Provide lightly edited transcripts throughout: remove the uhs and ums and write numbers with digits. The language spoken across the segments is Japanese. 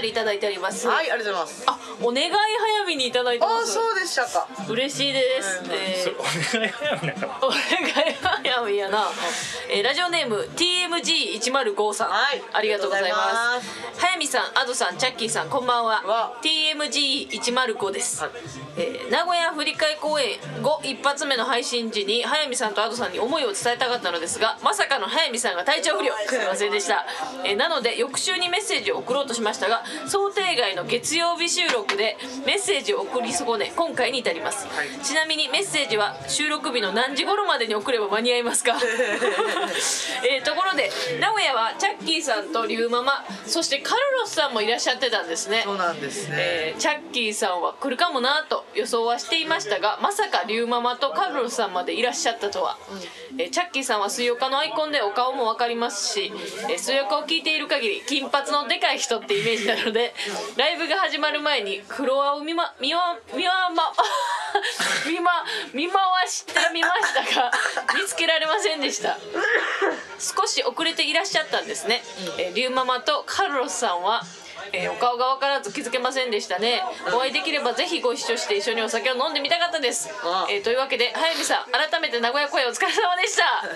りいただいております。 はい、ありがとうございます。 あ、お願い早めにいただいてます。 そうでしたか。 嬉しいです。 お願い早めだから。 お願い早めやな。ラジオネーム TMG105 さん、 はい、 ありがとうございます。早見さん、アドさん、チャッキーさん、こんばんは。TMG105 です。名古屋振り替え公演後一発目の配信時に早見さんとアドさんに思いを伝えたかったのですが、まさかの早見さんが体調不良、すいませんでした。なので翌週にメッセージを送ろうとしましたが、想定外の月曜日収録でメッセージを送り損ね、今回に至ります。ちなみにメッセージは収録日の何時頃までに送れば間に合いますか？ところで名古屋はチャッキーさんとリュウママ、そしてカルロスさんもいらっしゃってたんですね。 そうなんですね。 チャッキーさんは来るかもなと予想はしていましたが、まさかリュウママとカルロスさんまでいらっしゃったとは。チャッキーさんは水曜日のアイコンでお顔も分かりますし、水曜日を聞いている限り金髪のでかい人ってイメージなので、ライブが始まる前にフロアを見回してみましたが見つけられませんでした。少し遅れていらっしゃったんですね。リュウママとカルロスさんはお顔が分からず気づけませんでしたね。お会いできればぜひご一緒して一緒にお酒を飲んでみたかったです。というわけで早見さん、改めて名古屋公演お疲れ様でした。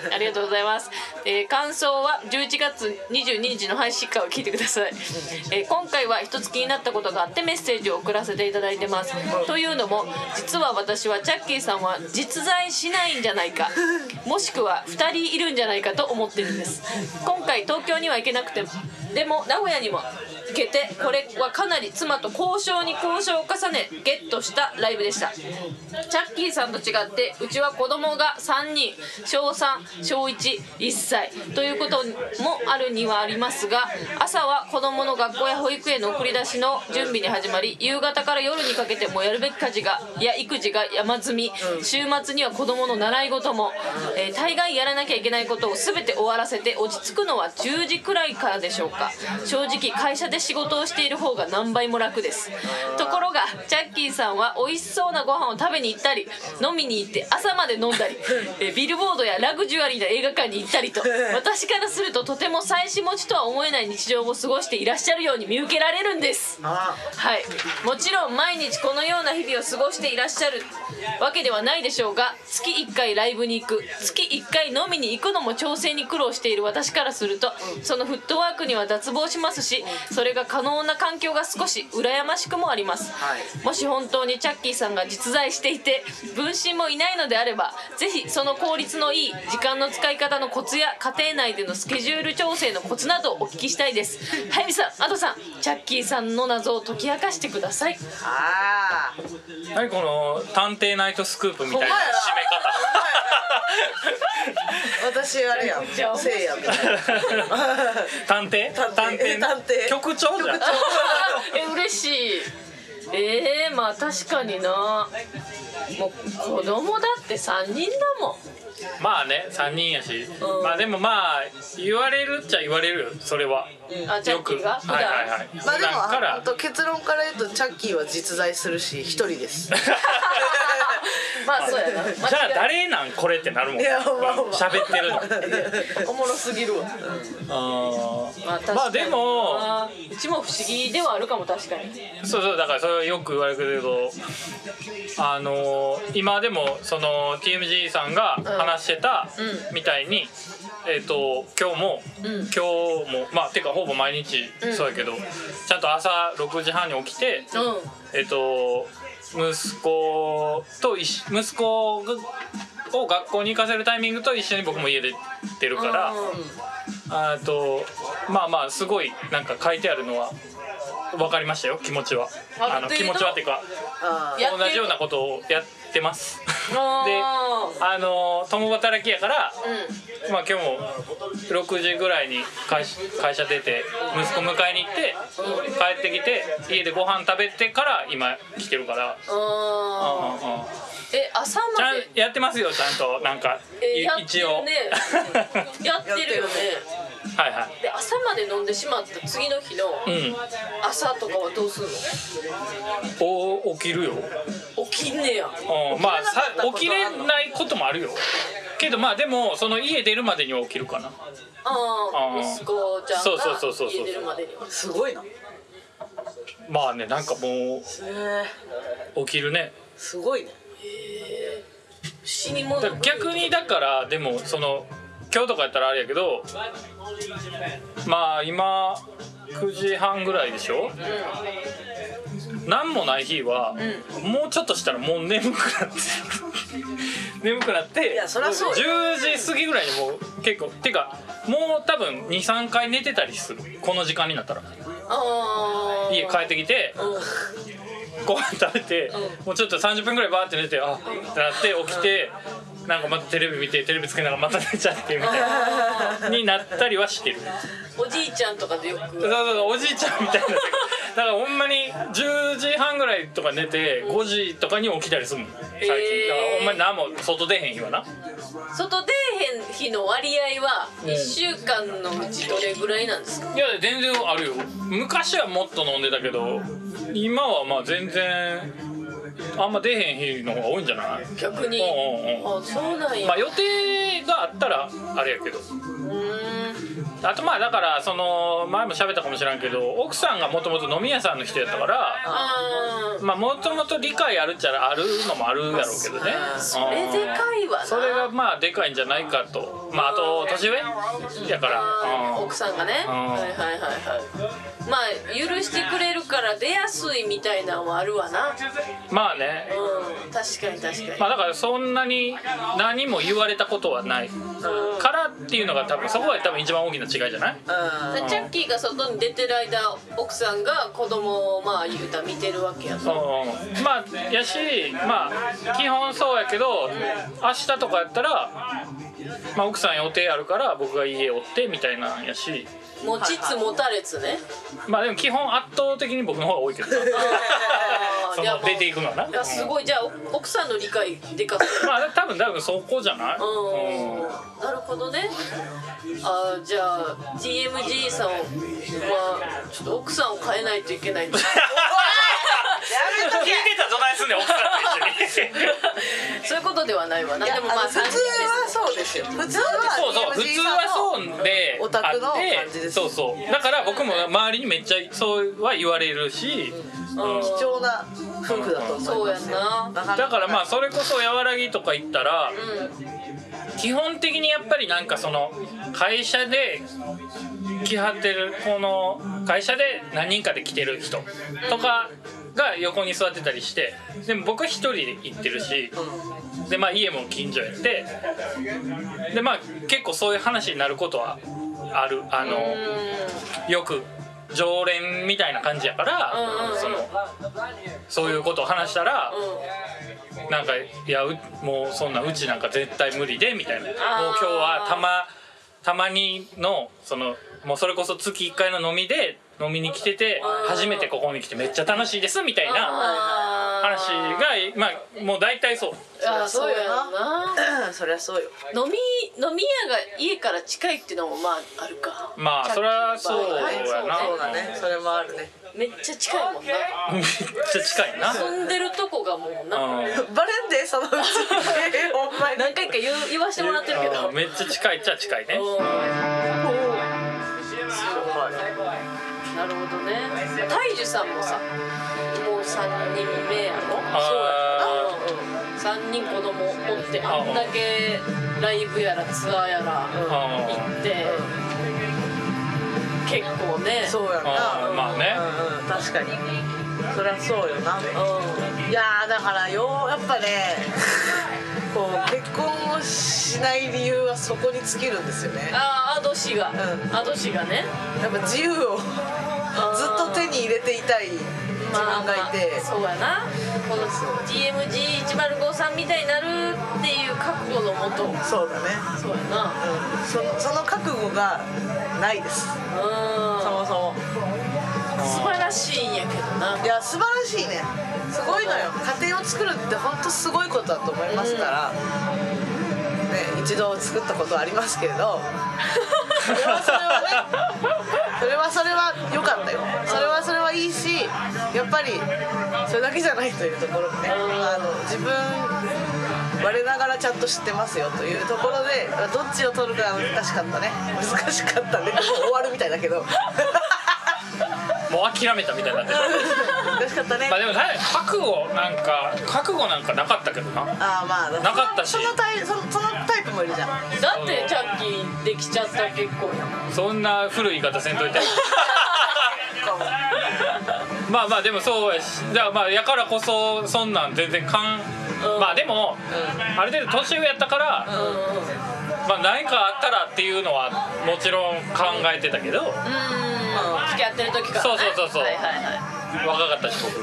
ありがとうございます。感想は11月22日の配信会を聞いてください。今回は一つ気になったことがあってメッセージを送らせていただいてます。というのも実は私はチャッキーさんは実在しないんじゃないか、もしくは2人いるんじゃないかと思ってるんです。今回東京には行けなくても、でも名古屋にも行けて、これはかなり妻と交渉に交渉を重ねゲットしたライブでした。チャッキーさんと違ってうちは子供が3人、小3、小1、1歳ということもあるにはありますが、朝は子供の学校や保育園の送り出しの準備に始まり、夕方から夜にかけてもやるべき家事や育児が山積み、週末には子供の習い事も、大概やらなきゃいけないことを全て終わらせて落ち着くのは10時くらいからでしょうか。正直会社で仕事をしている方が何倍も楽です。ところがチャッキーさんは美味しそうなご飯を食べに行ったり、飲みに行って朝まで飲んだり、ビルボードやラグジュアリーな映画館に行ったりと、私からするととても妻子持ちとは思えない日常を過ごしていらっしゃるように見受けられるんです。はい、もちろん毎日このような日々を過ごしていらっしゃるわけではないでしょうが、月1回ライブに行く、月1回飲みに行くのも調整に苦労している私からすると、そのフットワークには脱帽しますし、それが可能な環境が少し羨ましくもあります。もし本当にチャッキーさんが実在していて分身もいないのであれば、ぜひその効率のいい時間の使い方のコツや家庭内でのスケジュール調整のコツなどをお聞きしたいです。早見さん、アドさん、チャッキーさんの謎を解き明かしてください。 何この探偵ナイトスクープみたいな締め方。 私あれやん、せいやみたいな。 探偵局長じゃん。 嬉しい。まあ確かにな。もう子供だって3人だもん。 まあね、3人やし、まあでもまあ言われるっちゃ言われるよ、それは。 チャッキーがはいはいはい。 まあでもあと結論から言うとチャッキーは実在するし一人です。 まあそうやな。 じゃあ誰なんこれってなるもん。喋ってるの。 おもろすぎるわ。 まあでもうちも不思議ではあるかも。確かに。 そうだからそれはよく言われるけど、今でもその TMG さんが話してたみたいに、今日もまあてかほぼ毎日そうやけど、ちゃんと朝6時半に起きて、息子を学校に行かせるタイミングと一緒に僕も家で出るから、まあまあすごいなんか書いてあるのは分かりましたよ。気持ちは気持ちはっていうか同じようなことをやってますで共働きやから、まあ今日も6時ぐらいに会社出て息子迎えに行って帰ってきて家でご飯食べてから今来てるから。 朝までやってますよ、ちゃんとなんか一応やってるよね。 はいはい。 で朝まで飲んでしまった次の日の朝とかはどうするの？ 起きるよ。 起きんねや。 まあ起きれないこともあるよ。けどまあでもその家出るまでには起きるかな。 息子ちゃんが家出るまでには。 すごいな。 まあねなんかもう起きるね。 すごいね。 死に物逆にだからでもその今日とかやったらあれやけど、まあ今9時半ぐらいでしょ、何もない日は、もうちょっとしたらもう眠くなって眠くなっていやそりゃそうよ 10時過ぎぐらいにもう結構てかもう多分 2,3 回寝てたりするこの時間になったら。家帰ってきて、ご飯食べて、もうちょっと30分ぐらいバーって寝て、あってなって起きて、なんかまたテレビ見てテレビつけながらまた寝ちゃってみたいなになったりはしてる。 おじいちゃんとかでよくそうおじいちゃんみたいな。だからほんまに10時半ぐらいとか寝て5時とかに起きたりするもん最近。だからほんまに何も外出へん日はな。 外出へん日の割合は1週間のうちどれぐらいなんですか？ いや全然あるよ。昔はもっと飲んでたけど今はまあ全然あんま出へん日の方が多いんじゃない？ 逆に。あ、そうなんや。 まあ予定があったらあれやけど。あとまあだからその前も喋ったかもしれんけど奥さんがもともと飲み屋さんの人やったからまあもともと理解あるっちゃあるのもあるやろうけどね。 それでかいわな。 それがまあでかいんじゃないかと。まああと年上やから奥さんがね。はいはいはいはい。まあ許してくれるから出やすいみたいなのはあるわな。 まあね。 確かに確かに。 まあだからそんなに何も言われたことはないからっていうのが多分そこが多分一番大きな違いじゃない？ チャッキーが外に出てる間奥さんが子供をまあ言うたら見てるわけやと。 まあやしまあ基本そうやけど明日とかやったら、まあ、奥さん予定あるから僕が家おってみたいなんやし。 持ちつ持たれつね。 まあでも基本圧倒的に僕の方が多いけどその出ていくのはな。 いやすごい。じゃあ奥さんの理解でかすまあ多分そこじゃない？ なるほどね。あ、じゃあ TMG さんはちょっと奥さんを変えないといけないんです聞いてたどないすんねん奥さんと一緒にそういうことではないわな。でもまあ普通はそうですよ。普通は普通はそうでオタクの感じです。 そうそうだから僕も周りにめっちゃそうは言われるし、 貴重な夫婦だと思います。 そうやな。 だからまあそれこそ和らぎとか行ったら、基本的にやっぱりなんかその会社で来はってるこの会社で何人かで来てる人とかが横に座ってたりして、でも僕は一人で行ってるし、でまあ家も近所やってでまあ結構そういう話になることはある。よく常連みたいな感じやからそういうことを話したらなんかいやもうそんなうちなんか絶対無理でみたいな、もう今日はたまにのもうそれこそ月1回の飲みで飲みに来てて初めてここに来てめっちゃ楽しいですみたいな話がまあもう大体そう。 そうやな。 そりゃそうよ。 飲み屋が家から近いっていうのもまああるか。 まあそりゃそうやな。 そうだね。それもあるね。 めっちゃ近いもんな。 めっちゃ近いな。 住んでるとこがもうな。 バレんでそのうち。ほんまに何回か言わしてもらってるけど。 めっちゃ近いっちゃ近いね。 なるほどね。大樹さんもさ、もう3人目やろ。そうやな。3人子供おってあんだけライブやらツアーやら行って結構ね。 そうやな。 まあね。 確かに。そりゃそうよな。いやだからやっぱね。こう結婚をしない理由はそこに尽きるんですよね。 アドシがね。 やっぱ自由をずっと手に入れていたい自分がいて、 そうやな。この TMG1053 みたいになるっていう覚悟のもと。 そうだね。 そうやな。 その覚悟がないです。そもそも。 素晴らしいんやけどな。 いや素晴らしいね。すごいのよ。家庭を作るって本当すごいことだと思いますから、ね、一度作ったことはありますけれどそれは良かったよ。それはいいし、やっぱりそれだけじゃないというところでね、自分我ながらちゃんと知ってますよというところでどっちを取るかが難しかったね。難しかったね。もう終わるみたいだけどもう諦めたみたいになってる難しかったね。 まあでも覚悟なんかなかったけどな。 ああまあなかったし、 そのタイプもいるじゃん。 だってチャッキーできちゃった結婚やもん。 そんな古い言い方せんといてまあでもそうやし、だからまあやからこそそんなん全然まあでも、ある程度年上やったから、まあ何かあったらっていうのはもちろん考えてたけど、 付き合ってる時からね。 そう、 はいはいはい。 若かったし僕、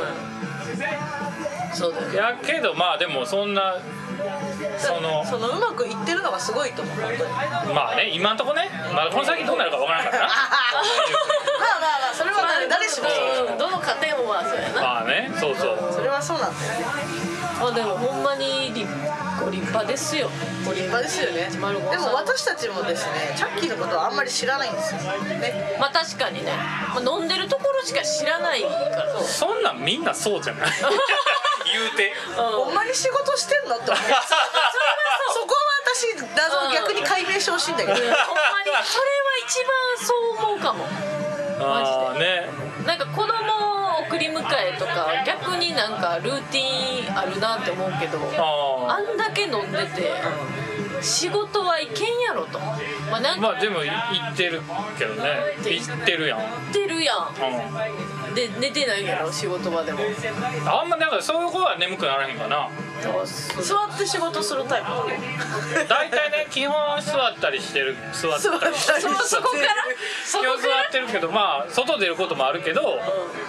そうだよね。 やけどまあでもそんなそのうまくいってるのがすごいと思う本当に。 まあね、今んとこね、まだこの先どうなるかわからないからなまあそれは誰しもそう。 どの家庭もまあそうやな。 まあね、そうそれはそうなんだよね。 でもほんまにご立派ですよ。 ご立派ですよね。でも私たちもですね、チャッキーのことはあんまり知らないんですよね。 まあ確かにね、飲んでるところしか知らないから。 そんなんみんなそうじゃない言うて、 ほんまに仕事してんのって思う。そこは私謎逆に解明してほしいんだけど。 ほんまにそれは一番そう思うかも。マジでね、 なんか子供を送り迎えとか逆になんかルーティンあるなって思うけど、あんだけ飲んでて仕事はいけんやろと。まあでも言ってるけどね、言ってるやん。 言ってるやん。で寝てないんやろ仕事場でも。 あんまなんかそういう子は眠くならへんかな。 座って仕事するタイプ。 大体ね、基本座ったりしてる、座ったりそこから基本座ってるけど、まあ外出ることもあるけど、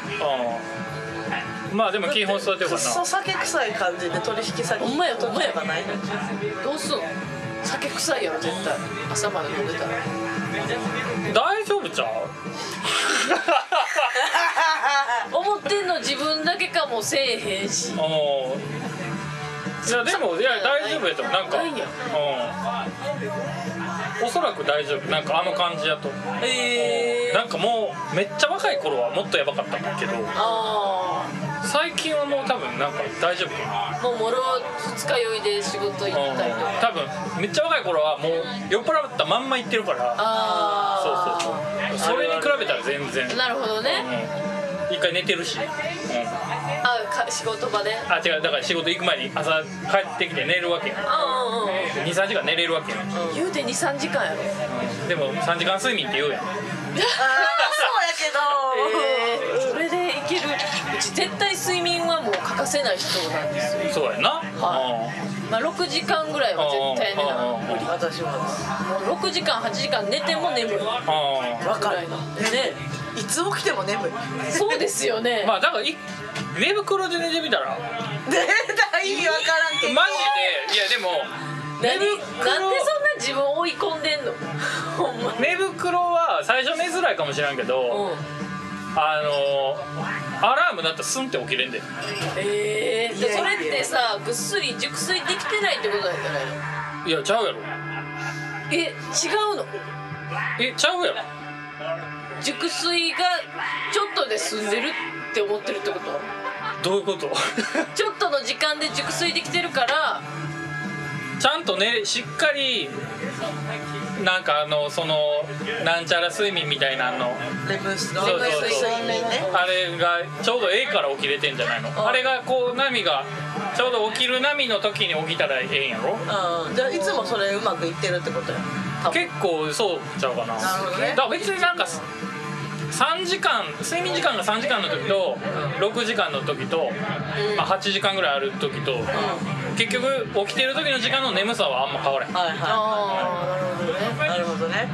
まあでも基本座ってるからな。 そう酒臭い感じで取引先ほんまやとかないの。 どうすんの？酒臭いやろ絶対。朝まで飲んでたら大丈夫ちゃう思ってんの自分だけかもせえへんし。 いやでも大丈夫やと思う。なんかおそらく大丈夫。なんかあの感じやと。なんかもうめっちゃ若い頃はもっとやばかったんだけど、最近はもう多分なんか大丈夫かな。 もうもろ二日酔いで仕事行ったりとか。 多分めっちゃ若い頃はもう酔っ払ったまんま行ってるから。そうそれに比べたら全然。 なるほどね。 一回寝てるし。 仕事場で。 違う、だから仕事行く前に朝帰ってきて寝るわけやん。2、3時間寝れるわけやん。 言うて2、3時間やろ。 でも3時間睡眠って言うやん。 そうやけど。 それでいける。うち絶対睡眠はもう欠かせない人なんですよ。 そうやな。 まあ6時間ぐらいは絶対寝ない。 無理。私ももう6時間8時間寝ても眠い。 わかるの。ね。いつ起きても眠い。 そうですよね。 まあだから寝袋で寝てみたら。 絶対意味わからんけど。 マジで。いやでもなんでそんな自分追い込んでんの。ほんま。 寝袋は最初寝づらいかもしれんけど、アラームだったらスンって起きれんで。 それってさ、ぐっすり熟睡できてないってことなんじゃないの？ いやちゃうやろ。 違うの？ ちゃうやろ。 熟睡がちょっとで済んでるって思ってるってこと？ どういうこと？ ちょっとの時間で熟睡できてるからちゃんとしっかりなんかそのなんちゃら睡眠みたいなのレム睡眠ね。 あれがちょうどから起きれてんじゃないの？あれがこう波がちょうど起きる波の時に起きたらええんやろ？ じゃあいつもそれうまくいってるってことや。 結構そうちゃうかな。 なるほどね。 だから別になんか3時間睡眠時間が3時間の時と6時間の時と、8時間ぐらいある時と、結局起きてる時の時間の眠さはあんま変わらへん。 なるほどね。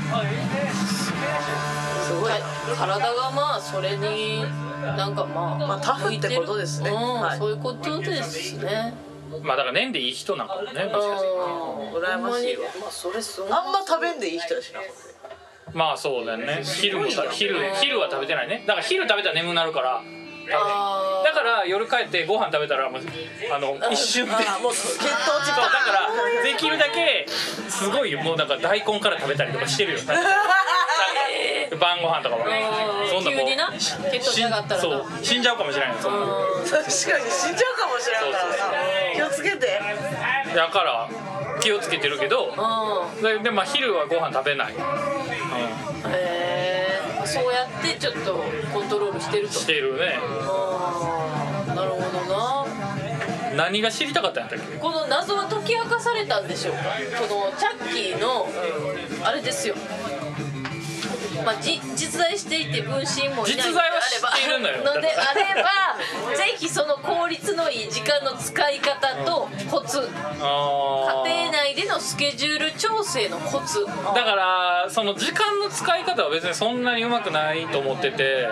すごい。 体がまあそれになんかまあタフってことですね。 そういうことですね。 まあだから年でいい人なんかもね。 羨ましいわ。あんま食べんでいい人だしな。 まあそうだよね。昼は食べてないね。だから昼食べたら眠くなるから。だから夜帰ってご飯食べたらもう一瞬でもう血糖値だからできるだけすごいもうなんか大根から食べたりとかしてるよ。晩ご飯とかはそんなもう急にな血糖値上がったらそう死んじゃうかもしれない。 確かに死んじゃうかもしれないから気をつけて。 だから気をつけてるけど、でまあ昼はご飯食べない。 そそうやってちょっとコントロールしてると。 してるね。 なるほどな。 何が知りたかったんだっけ。 この謎は解き明かされたんでしょうか。このチャッキーのあれですよ。まあ、実在していて分身もいないのであれば実在は知っているのよのであればぜひその効率のいい時間の使い方とコツ、家庭内でのスケジュール調整のコツ。 だからその時間の使い方は別にそんなにうまくないと思ってて、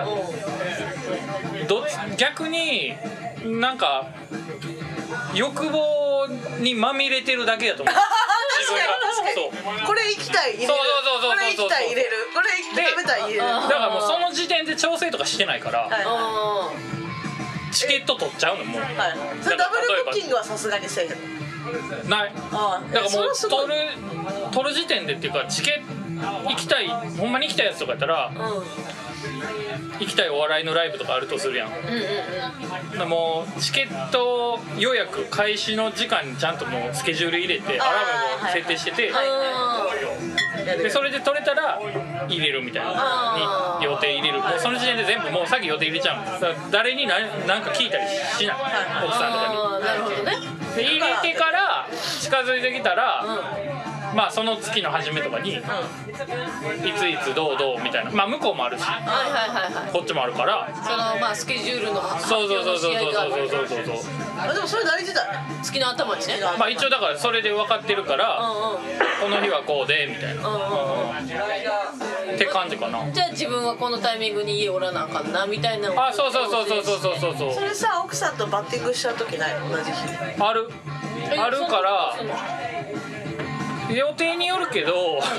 逆になんか欲望にまみれてるだけだと思う。 確かにこれ行きたい入れる、これ行きたい入れる、これ食べたい入れる。 だからもうその時点で調整とかしてないから、チケット取っちゃうのもう。 それダブルブッキングはさすがにせえへんない。だからもう取る時点でっていうか、チケ行きたい、ほんまに行きたいやつとかやったら、行きたいお笑いのライブとかあるとするやん。もうチケット予約開始の時間にちゃんともうスケジュール入れてアラームも設定してて、でそれで取れたら入れるみたいなに予定入れる。もうその時点で全部もう先予定入れちゃう。だから誰に何か聞いたりしない、奥さんとかに。 なるほどね。 で入れてから近づいてきたら、まあその月の初めとかに、いついつどうみたいな、まあ向こうもあるし、こっちもあるから、 そのまあスケジュールの発そう表の試合がある。 でもそれ大事だね。 月の頭にね。 まあ一応だからそれで分かってるから、この日はこうでみたいなって感じかな。 じゃあ自分はこのタイミングに家おらなあかんなみたいな。 あ、そう。それさ、奥さんとバッティングしちゃう時ないの？同じ日あるから予定によるけどもう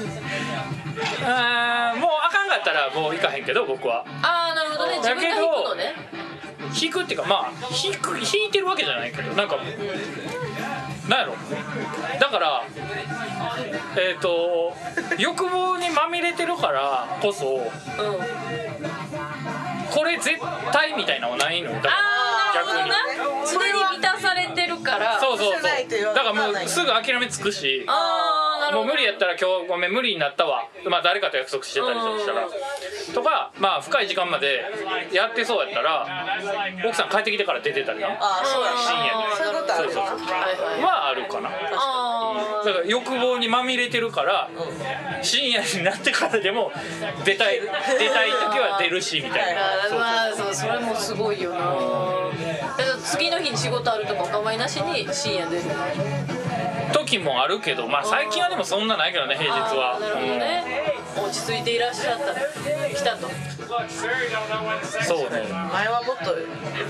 あかんかったらもう行かへんけど、僕は。 なるほどね。自分が引くのね。 引くっていうか、まあ引いてるわけじゃないけど、なんかなんやろ、だから欲望にまみれてるからこそ、これ絶対みたいなのはないのよ。だから逆に常に満たされてるから。 そうだからもうすぐ諦めつくし、もう無理やったら今日ごめん無理になったわ、まあ誰かと約束してたりしたらとか、まあ深い時間までやってそうやったら奥さん帰ってきてから出てたりな、深夜に。 そういうことある。 はあるかな。だから欲望にまみれてるから深夜になってからでも出たい時は出るしみたいな。 まあそれもすごいよな。だから次の日に仕事あるとかお構いなしに深夜出る時もあるけど、まあ最近はでもそんなないけどね、平日は。 なるほどね。落ち着いていらっしゃった来たと。 そうね。 前はもっと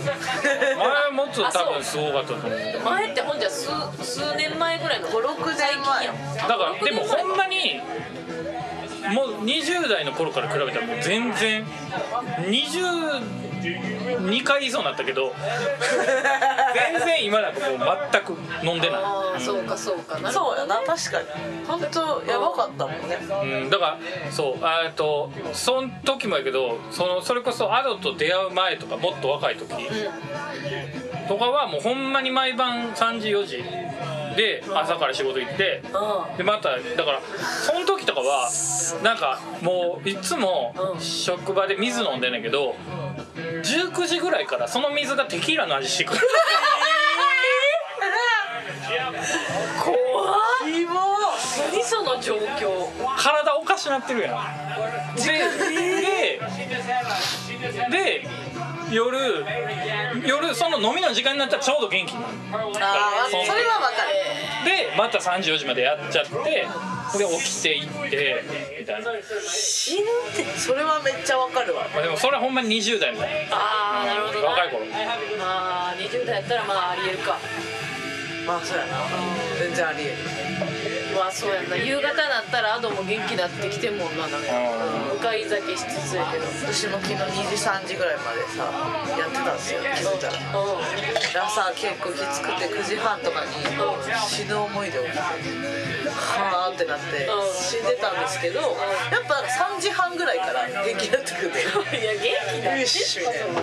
多分すごかったと思う。 前ってほんじゃ数年前ぐらいの 5、6年前。 だからでもほんまにもう20代の頃から比べたらもう全然22回言いそうになったけど全然今なんかもう全く飲んでない。 そうかなるそうやな、確かに本当やばかったもんね。 だからそうその時もやけど、それこそアドと出会う前とかもっと若い時とかはもうほんまに毎晩3時4時で朝から仕事行って、でまただからその時とかはなんかもういつも職場で水飲んでんねんけど、19時ぐらいからその水がテキーラの味してくる。 怖っ。何その状況。 体おかしなってるやん。で夜その飲みの時間になったらちょうど元気になる。 それは分かる。 でまた3時4時までやっちゃって、で起きていってみたいな。 死ぬって。それはめっちゃ分かるわ。 まあでもそれはほんまに20代みたいな。 なるほど。 若い頃。 まあ20代やったらまあありえるか。 まあそうやな。全然ありえる。 まあそうやな。夕方になったらアドも元気になってきてんもんな。なんか向かい酒しつつやけど、 私も昨日2時3時ぐらいまでさやってたんですよ、気づいたら。朝結構きつくて9時半とかに死ぬ思いで起きてはーってなって死んでたんですけど、やっぱ3時半ぐらいから元気になってくるんで。 いや元気よしみたいな。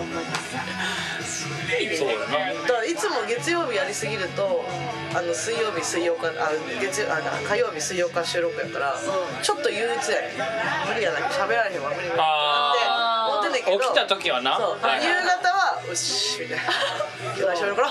そうだな。 だからいつも月曜日やりすぎると水曜日火曜日水曜日収録やから、ちょっと憂鬱やね。無理やな喋られへんわ無理って思ってんねんけど、 起きた時はな、 そう、夕方はよしみたいな今日は喋ろう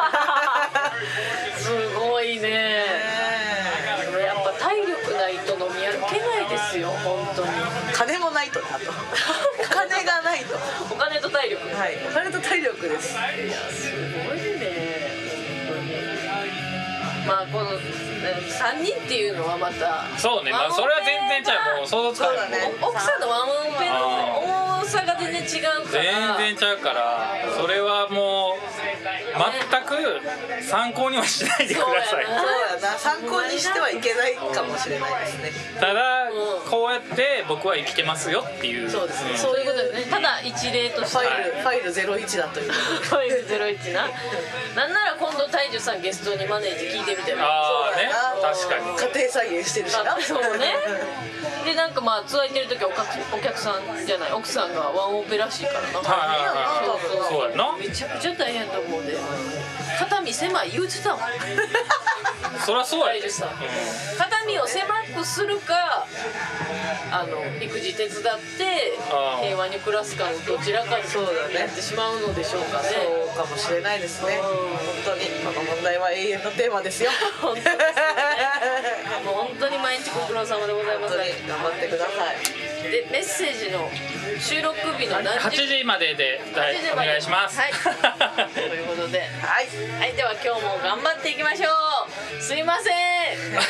すごいね。やっぱ体力ないと飲み歩けないですよ本当に。 金もないとね、あとお金がないと。 お金と体力。 はい、お金と体力です。 いやすごいね本当に。まあこの3人っていうのはまたそうね、まあそれは全然ちゃう、もう想像つかない。 奥さんのワンオペの重さが全然違うから。 全然ちゃうから、それはもう全く参考にはしないでください。 そうやな、参考にしてはいけないかもしれないですね。 ただこうやって僕は生きてますよっていう。 そうですね、 そういうことですね。ただ一例としてファイル01だという。 ファイル01な。なんなら今度大樹さんゲストにマネージ聞いてみても。 ああね、確かに家庭菜園してるしな。 そうね。でなんかまあツアー行ってる時はお客さんじゃない奥さんがワンオペらしいからな。 そうやな。 めちゃくちゃ大変と思うで。肩身狭い言うてたもん。 そりゃそうや。 大樹さん。肩身を狭くするか育児手伝って平和に暮らすかのどちらかになってしまうのでしょうかね。 そうかもしれないですね。本当にこの問題は永遠のテーマですよ。 本当ですね。もう本当に毎日ご苦労様でございます。 頑張ってください。 でメッセージの収録日の何時 8時まででお願いします。 はい。ということで、はい、では今日も頑張っていきましょう。すいません。 お帰りくだ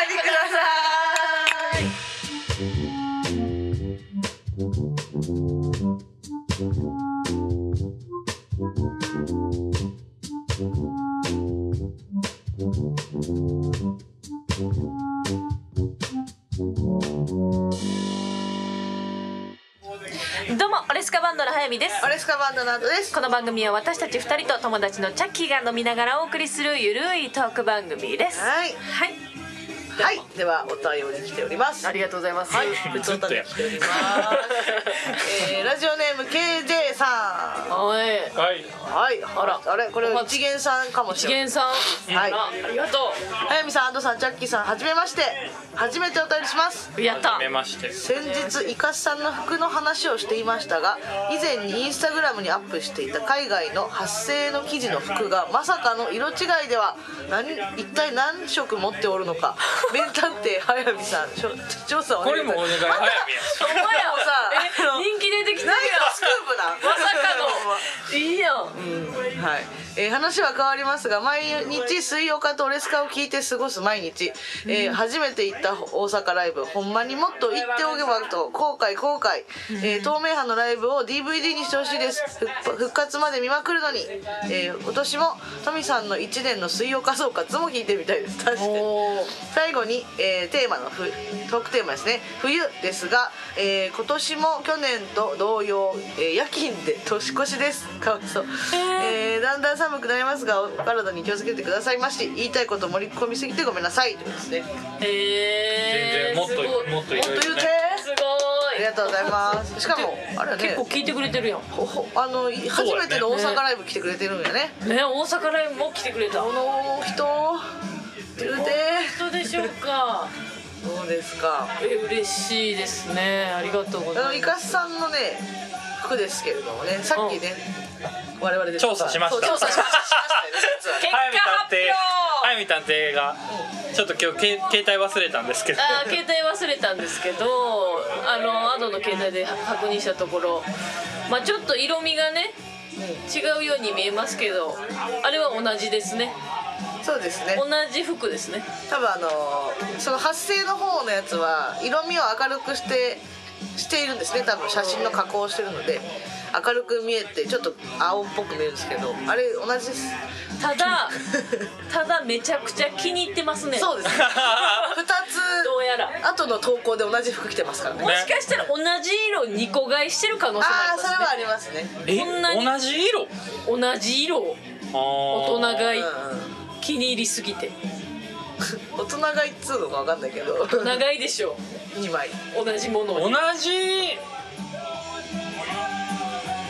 さい。 どうもオレスカバンドの早見です。 オレスカバンドの後です。 この番組は私たち2人と友達のチャッキーが飲みながらお送りするゆるいトーク番組です。 はいはいはい、ではお便り来ております。 ありがとうございます。 はい、普通歌で来ております。ラジオネーム KJ さん。 はい。 はい。 あれこれ一元さんかもしれない。 一元さん。 はい。 ありがとう。 早見さん、安藤さん、チャッキーさん、はじめまして。初めてお便りします。 やった。 はじめまして。 先日イカスさんの服の話をしていましたが、以前にインスタグラムにアップしていた海外の発生の生地の服がまさかの色違いでは一体何色持っておるのか。名探偵早見さん、調査をこれもお願い早見や。 お前らもさ、人気出てきてるやん。 スクープな。 まさかの。いいやん。 はい。話は変わりますが、毎日水曜日とオレスカを聞いて過ごす毎日、初めて行った大阪ライブ、ほんまにもっと行っておけばと後悔、透明版のライブを DVD にしてほしいです。復活まで見まくるのに、今年もトミさんの1年の水曜日総括も聞いてみたいです。確かに。最後に、テーマのトークテーマですね、冬ですが、今年も去年と同様、夜勤で年越しです。かわいそう。だんだん寒くなりますがお体に気をつけてくださいまし。言いたいこと盛り込みすぎてごめんなさいというですね。 全然もっと言うて。 すごい。 ありがとうございます。しかもあれね、 結構聞いてくれてるやん。 初めての大阪ライブ来てくれてるんやね。 ね、大阪ライブも来てくれた。 この人言うて。 どうでしょうか。 どうですか。 嬉しいですね。ありがとうございます。 イカスさんのね服ですけれどもね、さっきね、我々で調査しました。 調査しましたね。 早見探偵がちょっと今日携帯忘れたんですけど。 携帯忘れたんですけど、アドの携帯で確認したところ、まあちょっと色味がね、違うように見えますけど、あれは同じですね。 そうですね。 同じ服ですね。 多分その発生の方のやつは色味を明るくしているんですね。多分写真の加工をしてるので明るく見えてちょっと青っぽく見えるんですけど、あれ同じです。 ただめちゃくちゃ気に入ってますね。 そうですね。2つどうやら後の投稿で同じ服着てますからね。 もしかしたら同じ色2個買いしてる可能性もありますね。 それはありますね。 こんなに同じ色を大人買い、気に入りすぎて。 大人買いっつうのか分かんないけど、 大人買いでしょ。 2枚同じものを。 同じ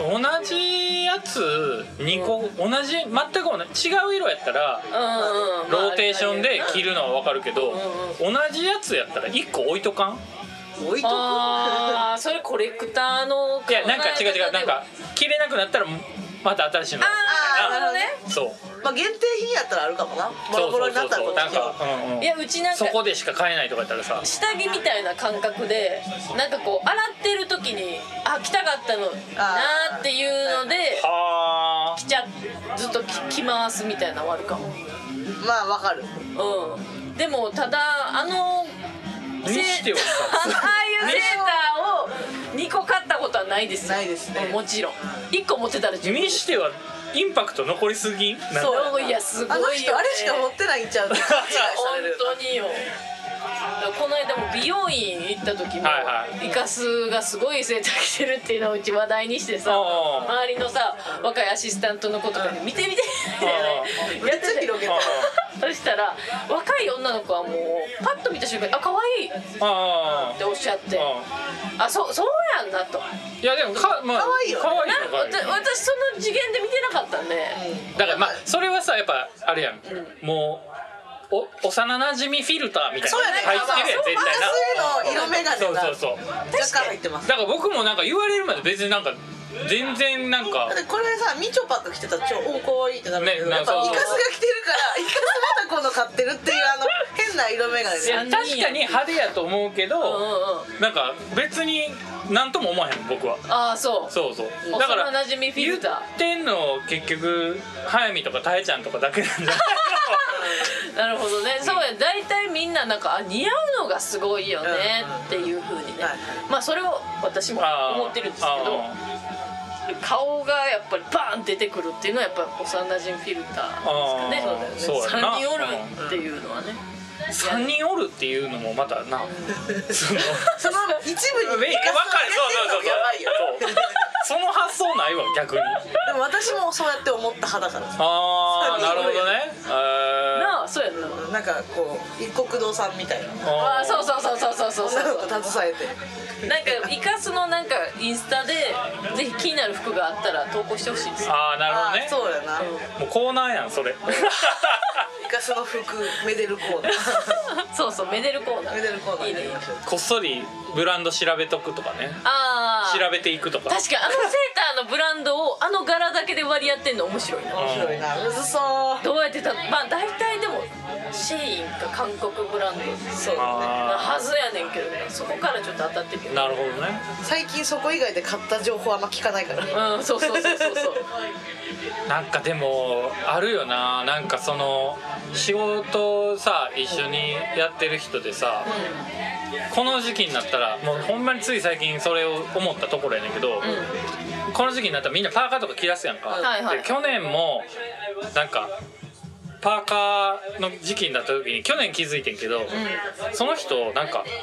同じやつ2個、同じ全く違う色やったらローテーションで着るのは分かるけど、同じやつやったら1個置いとかん？ 置いとく？ ああ、それコレクターの。 いやなんか違うなんか着れなくなったらまた新しいのみたいな。 なるほどね。 そう。 まあ限定品やったらあるかもな。ボロボロになったらなんか、 いやうちなんかそこでしか買えないとかやったらさ、 下着みたいな感覚でなんかこう洗ってる時に着たかったのなっていうのでずっと着回すみたいなのあるかも。 まあわかる。 でもただにしてはさああいうセーターを2個買ったことはないですよ。 ないですね。 もちろん1個持ってたら十分。 にしてはインパクト残りすぎん？ そう、いやすごいよね。 あの人あれしか持ってないんちゃうって勘違いされる。 本当によ。この間も美容院行った時も、イカスがすごいセーター着てるっていうのをうち話題にしてさ、周りのさ若いアシスタントの子とかに見てみてみたいなやってて、そしたら若い女の子はもうパッと見た瞬間に「あ、可愛いっておっしゃって、あ、そうやんなと。 いやでもまあ可愛いよ。 私その次元で見てなかったんで、 だからまあそれはさやっぱあれやん、もう幼馴染みフィルターみたいなの入ってるやん絶対な。 私の色眼鏡がそう若干入ってます。 だから僕もなんか言われるまで別になんか全然なんか。 だってこれさみちょぱが着てたら超可愛いってなるけど、やっぱイカスが着てるからイカスまた今度買ってるっていう変な色眼鏡で。 確かに派手やと思うけど、なんか別になんとも思わへん僕は。 ああそう。 だから幼馴染みフィルター言ってんの結局早見とかたえちゃんとかだけなんじゃないなるほどね。そうや、大体みんななんか似合うのがすごいよねっていう風にね、まあそれを私も思ってるんですけど、顔がやっぱりバーン出てくるっていうのはやっぱ幼馴染フィルターですかね。3人おるっていうのはね。 3人おるっていうのもまたなその一部に分かる。その発想ないわ逆に。 でも私もそうやって思った派だから。 ああなるほどね。 なあそうやな。 なんかこう一国堂さんみたいな。 ああそう女の子携えて。 なんかイカスのなんかインスタでぜひ気になる服があったら投稿してほしいです。 ああなるほどね。 そうやな。 もうコーナーやんそれ。 イカスの服めでるコーナー。 そうめでるコーナー。 めでるコーナーいいね。 こっそりブランド調べとくとかね。調べていくとか。 確かにセーターのブランドを柄だけで割り合ってんの面白いな。 面白いな。むずそう。 どうやってまあ大体でもシェインか韓国ブランドそうだねはずやねんけどね、そこからちょっと当たってるけど。 なるほどね。 最近そこ以外で買った情報あんま聞かないから。 そうなんかでもあるよな。なんかその仕事さ一緒にやってる人でさ、この時期になったらもうほんまについ最近それを思ったところやねんけど、この時期になったらみんなパーカーとか着出すやんか。で去年もなんかパーカーの時期になった時に去年気づいてんけど、その人なんか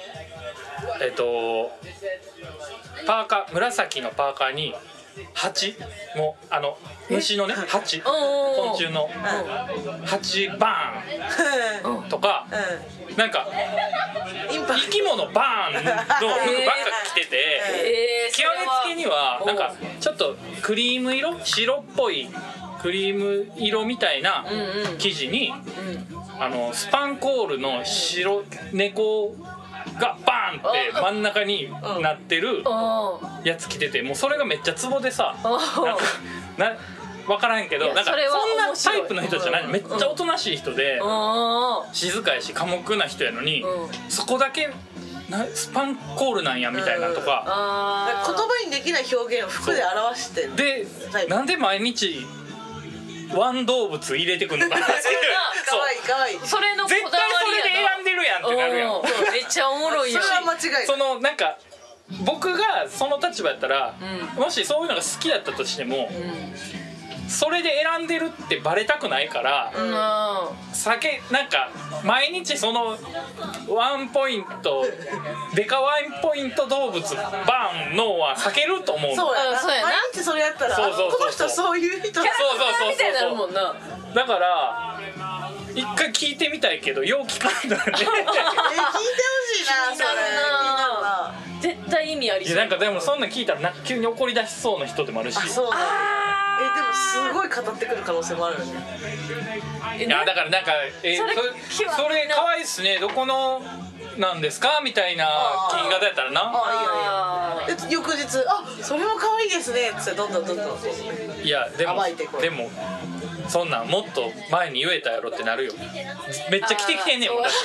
パーカー紫のパーカーに蜂も虫のね蜂昆虫の蜂バーンとかなんか生き物バーンの服ばっか着てて、極めつけにはなんかちょっとクリーム色白っぽいクリーム色みたいな生地にスパンコールの白猫がバーンって真ん中になってるやつ着てて、もうそれがめっちゃツボでさ、なんか分からんけどなんかそんなタイプの人じゃない。めっちゃおとなしい人で静かやし寡黙な人やのに、そこだけスパンコールなんやみたいなとか、 言葉にできない表現を服で表してる。 でなんで毎日ワン動物入れてくんのかなっていう。 かわいい。 それのこだわりやな。絶対それで選んでるやんってなるやん。 めっちゃおもろいやん。 それは間違い。 そのなんか僕がその立場やったら、もしそういうのが好きだったとしても、それで選んでるってバレたくないから、なんか毎日そのワンポイントデカワンポイント動物バーンのは避けると思う。 そうやな。毎日それやったらこの人そういう人。 キャラクターみたいになるもんな。 だから一回聞いてみたいけどよう聞かんだね。 聞いてほしいなそれ。 絶対意味ありそう。 いやなんかでもそんなん聞いたらなんか急に怒り出しそうな人でもあるし。 そうなんだ。でもすごい語ってくる可能性もあるよね。 いやだからなんかそれ可愛いっすね、どこのなんですかみたいな聞き方やったらな。 いやいや。翌日それも可愛いですねってどんどんいやでもそんなんもっと前に言えたやろってなるよ。めっちゃ着てきてんねんもんだって。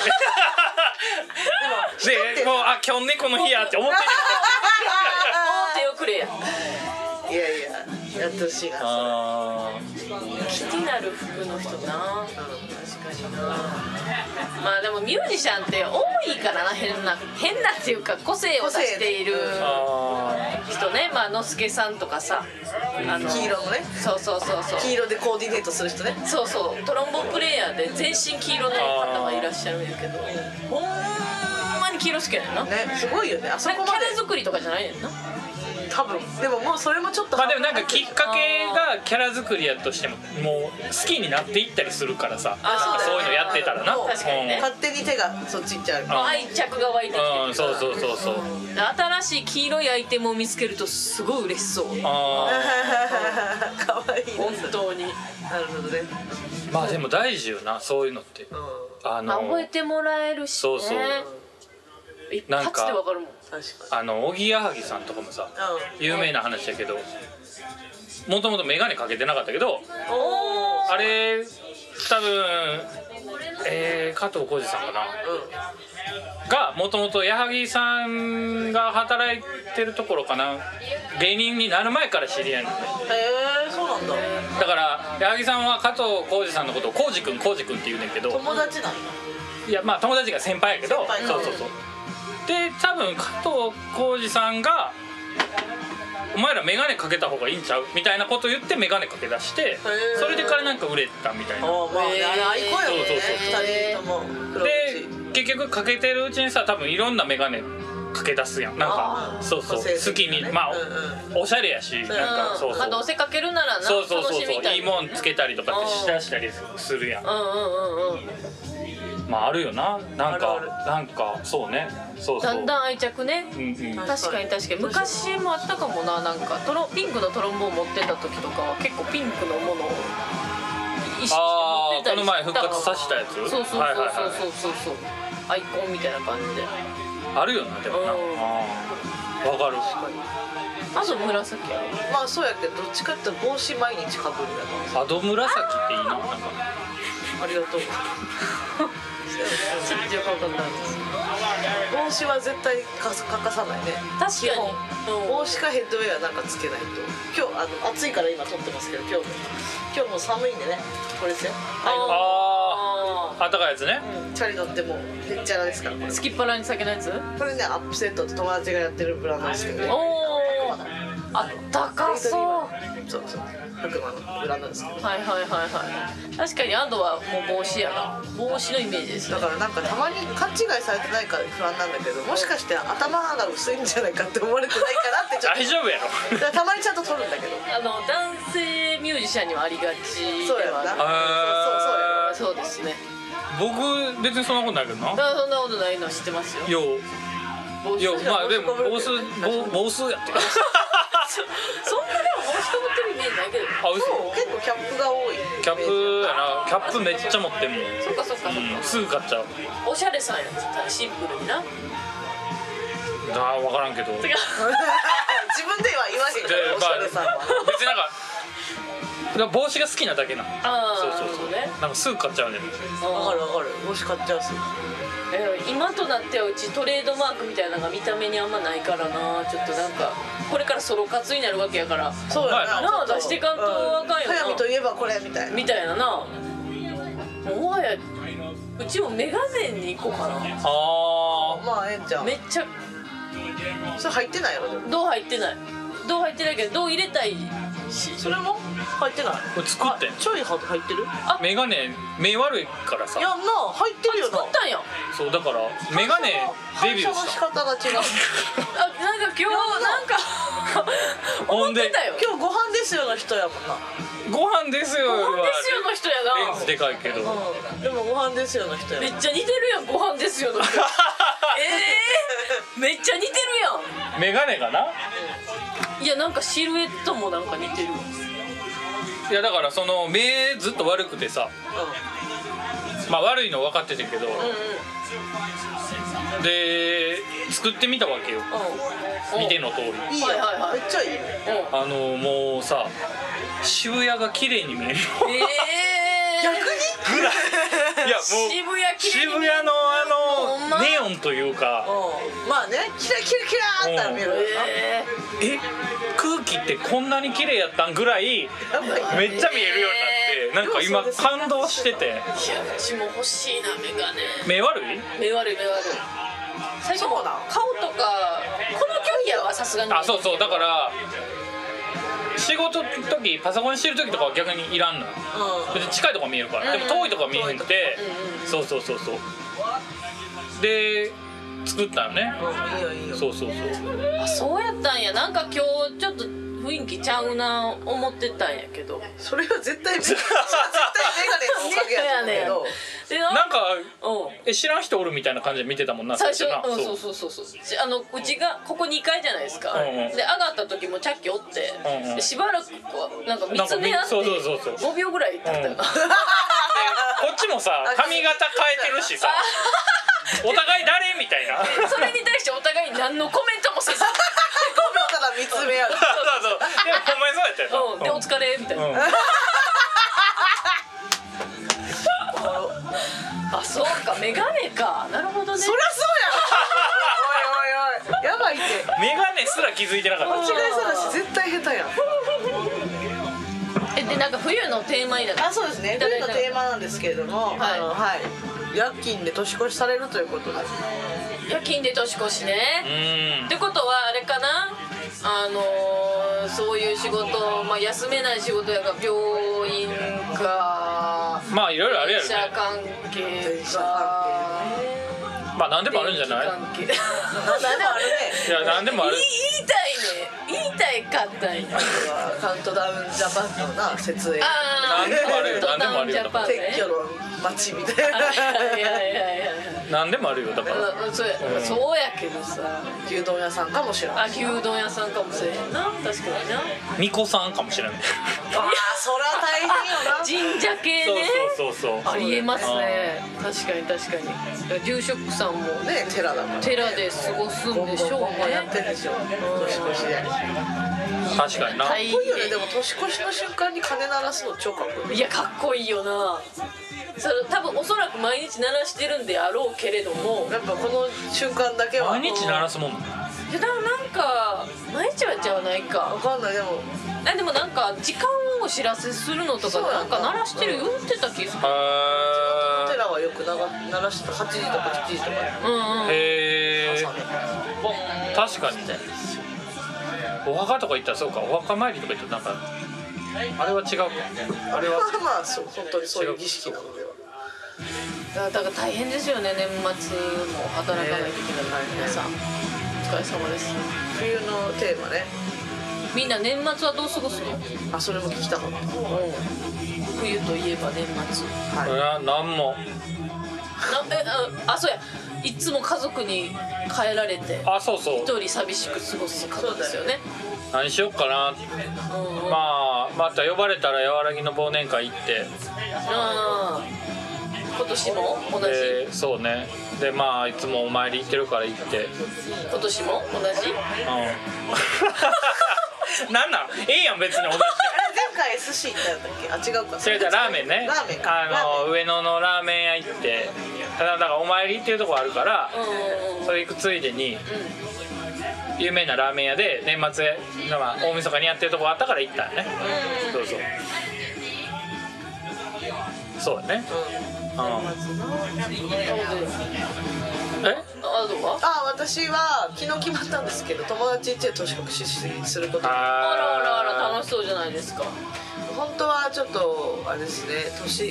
でもう今日猫の日やって思ってんねん。 もう手遅れや。 いやいややってほしいな。 気になる服の人な。確かにな。まあでもミュージシャンって多いからな。変なっていうか個性を出している人ね。まあのすけさんとかさ、 黄色のね。 そう黄色でコーディネートする人ね。 そうトロンボーンプレイヤーで全身黄色の方がいらっしゃるんやけど、ほんまに黄色好きやねんな。 ね、すごいよね。あそこまでキャラ作りとかじゃないねんな。 多分でももうそれもちょっとまあでもなんかきっかけがキャラ作りやとしてももう好きになっていったりするからさ、そういうのやってたらな。 確かにね。 勝手に手がそっち行っちゃう。 愛着が湧いてきてる。 そう新しい黄色いアイテムを見つけるとすごい嬉しそう。 可愛い。 本当に。 なるほどね。 まあでも大事よな、そういうのって。 覚えてもらえるしね。 そう一発でわかるもん。 おぎやはぎさんとかもさ、有名な話だけど、もともと眼鏡かけてなかったけど、あれ多分加藤浩次さんかな、がもともと矢作さんが働いてるところかな、芸人になる前から知り合いなのね。 そうなんだ。 だから矢作さんは加藤浩次さんのことを浩次くんって言うねんけど、 友達なの？ いやまあ友達が先輩やけど、そうで多分加藤浩次さんがお前ら眼鏡かけた方がいいんちゃうみたいなこと言って眼鏡かけ出して、それでからなんか売れたみたいな。で結局かけてるうちにさ、多分いろんな眼鏡かけ出すやん。なんか好きにまあおしゃれやし、なんかまあどうせかけるならな、 そういいもんつけたりとかってしだしたりするやん。まああるよな。なんかそうね。 だんだん愛着ね。確かに昔もあったかもな。なんかピンクのトロンボーン持ってた時とかは結構ピンクのものを意識して持ってたりした。 この前復活させたやつ。 そうアイコンみたいな感じであるよな。でもな、わかる。 あと紫やろ。 まあそうやけど、どっちかっていうと帽子毎日かぶるやろ。 アド紫っていいな。なんかありがとう。 ちょっとよくわかんないです。 帽子は絶対欠かさないね。 確かに。 帽子かヘッドウェアなんかつけないと。今日暑いから今撮ってますけど、今日も寒いんでね。これですよ。 あったかいやつね。 チャリ乗ってもへっちゃらですから。 つきっぱらに先のやつ？ これね、アップセットって友達がやってるブランドですけどね。 あったかそう。 そう白馬のブランドですけど。 はい。確かにアンドはもう帽子やな。帽子のイメージですね。 だからなんかたまに勘違いされてないか不安なんだけど、もしかして頭が薄いんじゃないかって思われてないかなってちょっと。 大丈夫やろ。 たまにちゃんと撮るんだけど。 男性ミュージシャンにはありがちではある。 そうですね。 僕別にそんなことないけどな。 そんなことないの知ってますよ。 まあでも帽子やって。そんなでも帽子かぶってるイメージないけど。 結構キャップが多い。 キャップやな。キャップめっちゃ持ってんもん。 そっか。 すぐ買っちゃう。 おしゃれさんやつ。シンプルにな。 分からんけど。 自分では言わへんけど、おしゃれさんは。 別になんか帽子が好きなだけな。 そうね。 なんかすぐ買っちゃうね。 わかる。帽子買っちゃうすぐ。 今となってはうちトレードマークみたいなのが見た目にあんまないからな。ちょっとなんかこれからソロ活になるわけやから、 そうやな。 出していかんとあかんよな。 速水といえばこれみたいなな。もはやうちもメガネに行こうかな。 まあええんちゃう。 めっちゃそれ入ってないやろ。 銅入ってないけど銅入れたいし。 それも入ってない。 これ作ってん。 ちょい入ってる。 メガネ目悪いからさ。 いやな、入ってるよな。 作ったんや。 そうだからメガネデビューした。 反射の仕方が違う。 なんか今日なんか思ってたよ。 今日ご飯ですよの人やもんな。 ご飯ですよ。 ご飯ですよの人やな。 レンズでかいけど。 でもご飯ですよの人や。 めっちゃ似てるやん。ご飯ですよの人。 めっちゃ似てるやメガネかな。 ん。いやなんかシルエットもなんか似てる。 いやだからその目ずっと悪くてさ、まあ悪いの分かっててんけど、で作ってみたわけよ、見ての通り。 いいや、めっちゃいい。 もうさ渋谷が綺麗に見える。 逆にぐらい。いやもう渋谷のネオンというか、 まあね、キラキラキラーって見えるよ空気ってこんなに綺麗やったんぐらいめっちゃ見えるようになって、なんか今感動してて。 いやうちも欲しいなメガネ。 目悪い？ 目悪い。最初顔とかこの距離やわさすがに。 そうだから仕事の時パソコンしてる時とかは逆にいらんのよ。別に近いとこ見えるから。でも遠いとこ見えへんくて、そうで作ったよね。 いいよ。 そうあ、そうやったんや。なんか今日ちょっと雰囲気ちゃうな思ってたんやけど。 それは絶対メガネのおかげやと思うけど。 なんか知らん人おるみたいな感じで見てたもんな最初。 な。 そううちがここ2階じゃないですか。で上がった時もチャッキおって、でしばらくなんか見つめ合って5秒ぐらい経ったよな。 こっちもさ髪型変えてるしさ、お互い誰みたいな。 それに対してお互い何のコメントもせず5秒ただ見つめ合う。 でもほんまにそうやったよな。 でお疲れみたいな。あ、そうか、メガネか。なるほどね。 そりゃそうや。おいやばいって。 メガネすら気づいてなかった。 間違い探し絶対下手やん。 でなんか冬のテーマになる。 そうですね。冬のテーマなんですけれども、夜勤で年越しされるということです。 夜勤で年越しね。ってことはあれかな。そういう仕事、休めない仕事やが病院か。 まあいろいろあるやろね。 電車関係か。 まあ何でもあるんじゃない？ 何でもあるね。 いや何でもある。 言いたいかったんや。 カウントダウンジャパンのな設営。 何でもあるよ。何でもあるよ。 撤去の街みたいな。 何でもあるよだから。 そうやけどさ。 牛丼屋さんかもしれない。 牛丼屋さんかもしれへんな。確かにな。 巫女さんかもしれない。 そりゃ大変よな。 神社系ね。 そうありえますね。確かに。住職さんもね、寺だから。 寺で過ごすんでしょうね。 やってるでしょ。年越しで。 確かにな。 かっこいいよね。でも年越しの瞬間に鐘鳴らすの超かっこいい。 いやかっこいいよな。それ多分おそらく毎日鳴らしてるんであろうけれども、 やっぱこの瞬間だけは毎日鳴らすもん。いやだからなんか毎日はじゃないか。 わかんない。でもなんか時間をお知らせするのとかなんか鳴らしてる言ってた気がする。 寺はよく鳴らして8時とか7時とか。 へえ。確かに。お墓とか行ったらそうか。お墓参りとか行ったらなんかあれは違うか。あれはまあそう本当にそういう儀式なのでは。 だから大変ですよね。年末も働かないといけない皆さん。お疲れ様です。 冬のテーマね。 みんな年末はどう過ごすの？ それも聞きたかった。 冬といえば年末。 なんも。 そうや。いつも家族に帰られて。 そう。 一人寂しく過ごす方ですよね。 何しよっかな。また呼ばれたらやわらぎの忘年会行って。 今年も同じ。 そうね。でいつもお参り行ってるから行って。 今年も同じ？ なんやん別に同じ。 前回寿司行ったんだっけ？違うか。 それじゃラーメンね。 ラーメンか。 上野のラーメン屋行って。だからお参りっていうとこあるから、それ行くついでに。有名なラーメン屋で年末大晦日にやってるとこあったから行ったね。そうだね。 私は昨日決まったんですけど、友達ん家で年越しすることに。 あら楽しそうじゃないですか。 本当はちょっとあれですね、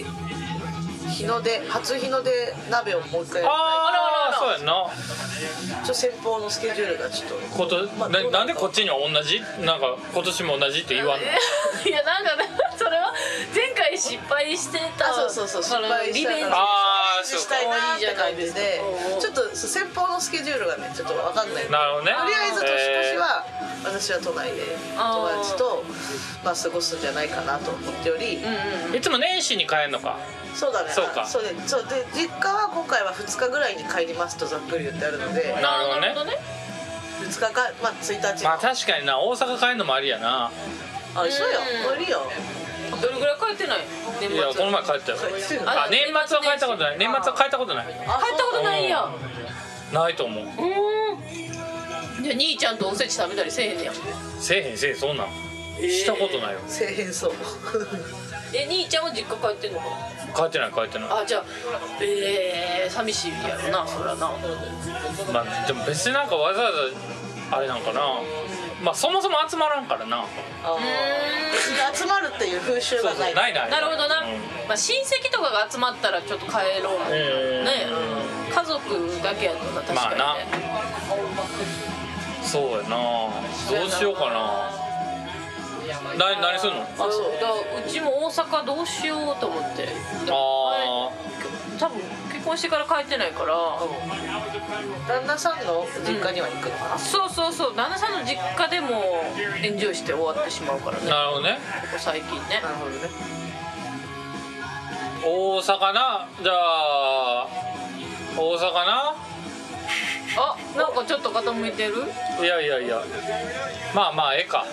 初日の出鍋をもう一回やりたい。 そうやんな。 先方のスケジュールがちょっとなんでこっちには同じなんか今年も同じって言わんの？ いやなんかね、それは前回失敗してた。 そう失敗したから。 リベンジ。 にしたいなって感じで、ちょっと先方のスケジュールがねちょっと分かんない。 なるほどね。 とりあえず年越しは私は都内で友達とまあ過ごすんじゃないかなと思っており、 いつも年始に帰るのか。 そうだね。 そうか。 そうで実家は今回は2日ぐらいに帰りますとざっくり言ってあるので。 なるほどね。 2日かまあ1日。 まあ確かにな、大阪帰るのもありやな。 あ、一緒やん。いいよ。 どれぐらい帰ってない？年末。 いやこの前帰ったよ。あ、年末は帰ったことない。年末は帰ったことない。 帰ったことないや。 ないと思う。 じゃあ兄ちゃんとおせち食べたりせえへんねや。 せえへんそんなんしたことないよ。 せえへんそう。 兄ちゃんは実家帰ってんのかな？ 帰ってない。 あ、じゃあ寂しいやろな、そらな。 まあでも別になんかわざわざあれなんかな。まあそもそも集まらんからな。 集まるっていう風習がない。 ない。 なるほどな。まあ親戚とかが集まったらちょっと帰ろうね。家族だけやったら確かにね。 まあな。そうやな。どうしようかな。何するの？ あ、そうだからうちも大阪どうしようと思って。多分結婚してから帰ってないから、 旦那さんの実家には行くのかな。 そう旦那さんの実家でもエンジョイして終わってしまうからね。 なるほどね。 ここ最近ね。 なるほどね。 大阪な。じゃあ大阪な。 あ、なんかちょっと傾いてる？ いやまあええか。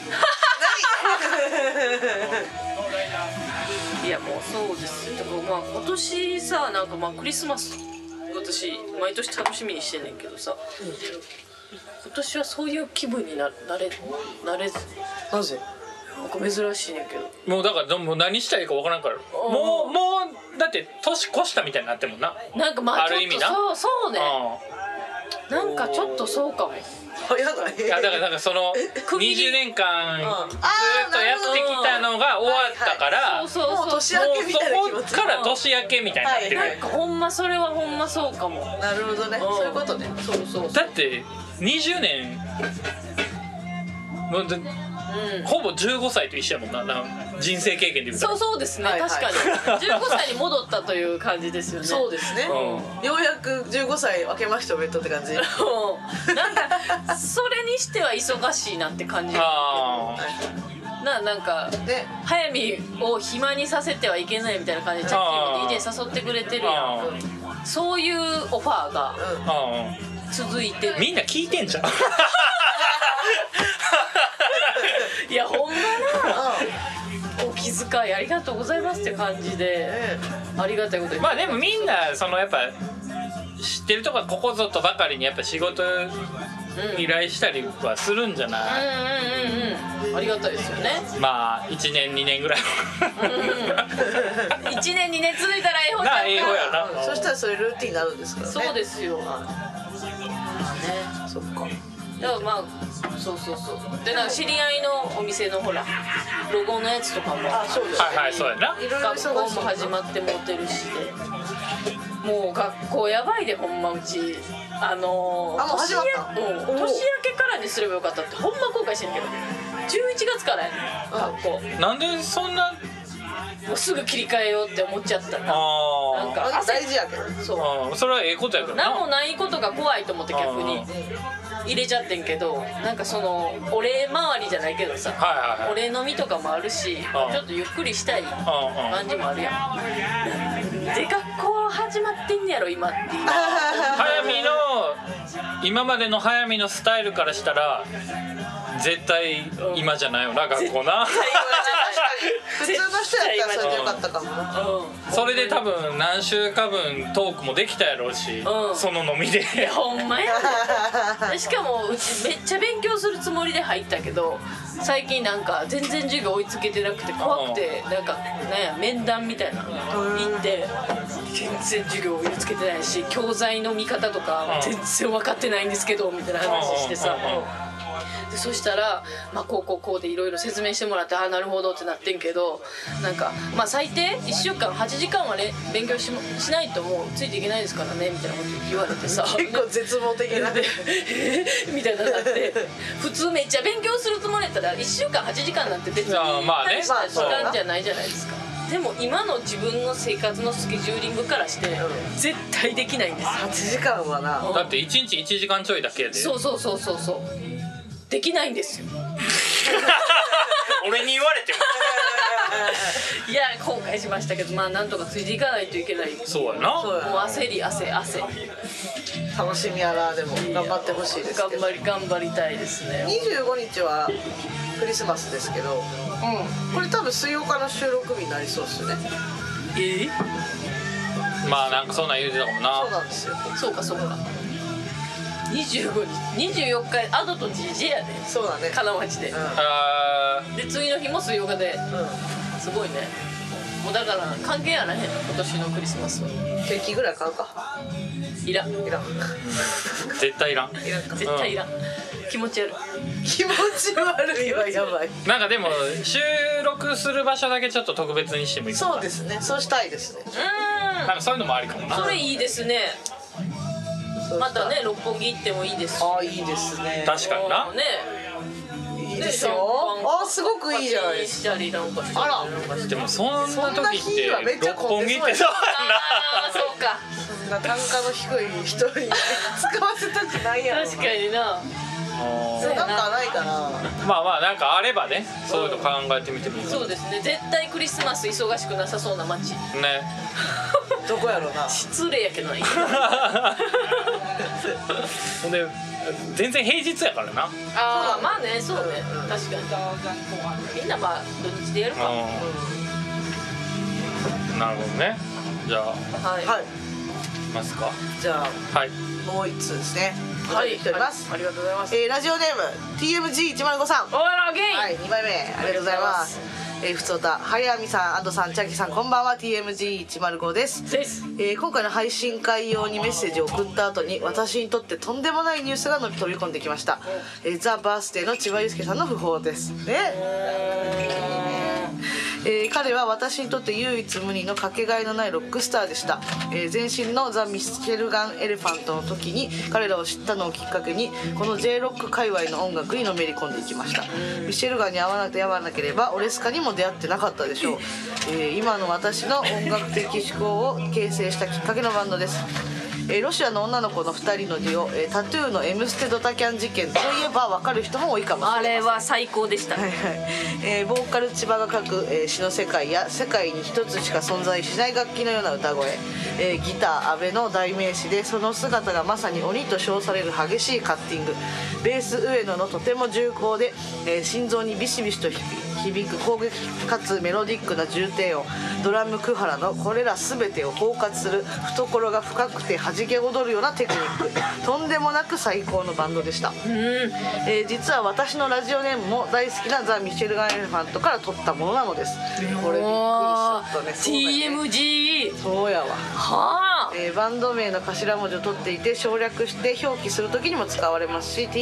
いやもうそうですよ。だからまあ今年さ、なんかまあクリスマス私毎年楽しみにしてんねんけどさ、今年はそういう気分になれず。 なぜ？ なんか珍しいねんけど。 もうだからもう何したらいいかわからんから。もうだって年越したみたいになってるもんな。 なんかまあある意味な。 そうね。なんかちょっとそうかも。 いやだからなんかその20年間ずっとやってきたのが終わったから、 もう年明けみたいな気持ち。 そこから年明けみたいになってる。 なんかほんまそれはほんまそうかも。 なるほどね。そういうことね。 そうだって20年もうほぼ15歳と一緒やもんな、人生経験で言うと。 そうですね、確かに15歳に戻ったという感じですよね。 そうですね。ようやく15歳明けましておめでとうって感じ。 なんかそれにしては忙しいなって感じ。なんか早見を暇にさせてはいけないみたいな感じでチャッキーも DJ 誘ってくれてるやん。そういうオファーが続いて、 みんな聞いてんじゃん。 いやほんまな、お気遣いありがとうございますって感じで、ありがたいことに。 まあでもみんなそのやっぱ知ってるとかここぞとばかりにやっぱ仕事依頼したりはするんじゃない？ ありがたいですよね。 まあ1年2年ぐらい 1年2年続いたら英語ちゃうか。 英語やな。 そしたらそれルーティンになるんですからね。 そうですよ。ね、 そっか。 だからまあそうでなんか知り合いのお店のほらロゴのやつとかも、 そうですね。 はいそうやな。 学校も始まってもうてるしで、もう学校やばいでほんまうちもう始まった。 年明けからにすればよかったってほんま後悔してるけど、11月からやね学校。 なんでそんなもうすぐ切り替えようって思っちゃったな。なんか大事やけど。 そう。 それはええことやけどな。 何もないことが怖いと思って逆に入れちゃってんけど、なんかそのお礼回りじゃないけどさ、お礼飲みとかもあるし、ちょっとゆっくりしたい感じもあるやん。で学校始まってんねやろ今っていう。 早見の今までの早見のスタイルからしたら絶対今じゃないよな、学校な。 普通の人やったらそれでよかったかも。 それで多分何週間分トークもできたやろうし、その飲みで。 ほんまやで。しかもうちめっちゃ勉強するつもりで入ったけど、最近なんか全然授業追いつけてなくて怖くて、なんか面談みたいな行って全然授業追いつけてないし、教材の見方とか全然分かってないんですけどみたいな話してさ、でそしたら、まあ、こうでいろいろ説明してもらって、ああなるほどってなってんけど、なんか、まあ、最低1週間8時間はね勉強 しないともうついていけないですからねみたいなこと言われてさ、 結構絶望的なでみたいなのがあって、普通めっちゃ勉強するつもりやったら1週間8時間なんて別に大した時間じゃないじゃないですか。 でも今の自分の生活のスケジューリングからして、絶対できないんです。 8時間はな、 だって1日1時間ちょいだけで。 そうできないんですよ。 俺に言われてもいや後悔しましたけど、まあなんとかついていかないといけない。 そうやな。 もう焦り汗楽しみやな。でも頑張ってほしいですけど、 頑張りたいですね。 25日はクリスマスですけど、これ多分水曜日の収録日になりそうですよね。 まあなんかそんなん言うてたかもな。 そうなんですよ。 そうか25日24日アドと GJ やで。 そうだね、 金町で、で次の日も水曜日で、すごいね。もうだから関係あらへん、今年のクリスマスは。 ケーキぐらい買うか。 いらん絶対いらん。 絶対いらん、気持ち悪い。 気持ち悪いわ、やばい。 なんかでも収録する場所だけちょっと特別にしてもいいかな。 そうですね、そうしたいですね。 なんかそういうのもありかもな。 それいいですね。またね六本木行ってもいいですし。 ああ、いいですね。 確かにな。 ね、 いいですよ。あ、すごくいいじゃないですか。 あら、 でもそんな時ってそんな日はめっちゃ六本木ってそうやそうか。 そんな単価の低い人に使わせたくないやろ。 確かにな。 なんかないかな。 まあなんかあればね、そういうの考えてみてもいいかな。 そうですね、絶対クリスマス忙しくなさそうな街。 ね。 どこやろうな。 失礼やけどな。 ほんで全然平日やからな。 ああ、まあね、そうね、確かに。みんなまあ土日でやるか。 なるほどね。じゃあはい。 はい。 いますか。 じゃあはい。 もう一通ですね。 はい、 来ております。 ありがとうございます。 ラジオネーム TMG105 さん。 おらゲイ。 はい、2枚目ありがとうございます。ふつおた、はやみさん、アドさん、チャキさん、こんばんは。 TMG105 です。今回の配信会用にメッセージを送った後に、私にとってとんでもないニュースが飛び込んできました。ザ・バースデーの千葉雄介さんの訃報ですね。彼は私にとって唯一無二のかけがえのないロックスターでした。前身のザ・ミシェルガン・エレファントの時に彼らを知ったのをきっかけに、この J ロック界隈の音楽にのめり込んでいきました。ミシェルガンに会わなければオレスカにも出会ってなかったでしょう。今の私の音楽的思考を形成したきっかけのバンドです。ロシアの女の子の2人のデュオ、タトゥーの M ステドタキャン事件といえば分かる人も多いかもしれません。 あれは最高でしたね。 ボーカル千葉が書く、詩の世界や世界に一つしか存在しない楽器のような歌声、ギター阿部の代名詞で、その姿がまさに鬼と称される激しいカッティング、ベース上野のとても重厚で、心臓にビシビシと響く攻撃かつメロディックな重低音、ドラムクハラのこれら全てを包括する懐が深くて弾け踊るようなテクニック、とんでもなく最高のバンドでした。実は私のラジオネームも大好きなザ・ミシェルガン・エレファントから取ったものなのです。これびっくりしちゃったね。 TMG。 そうやわ。 はあ。 バンド名の頭文字を取っていて省略して表記する時にも使われますし、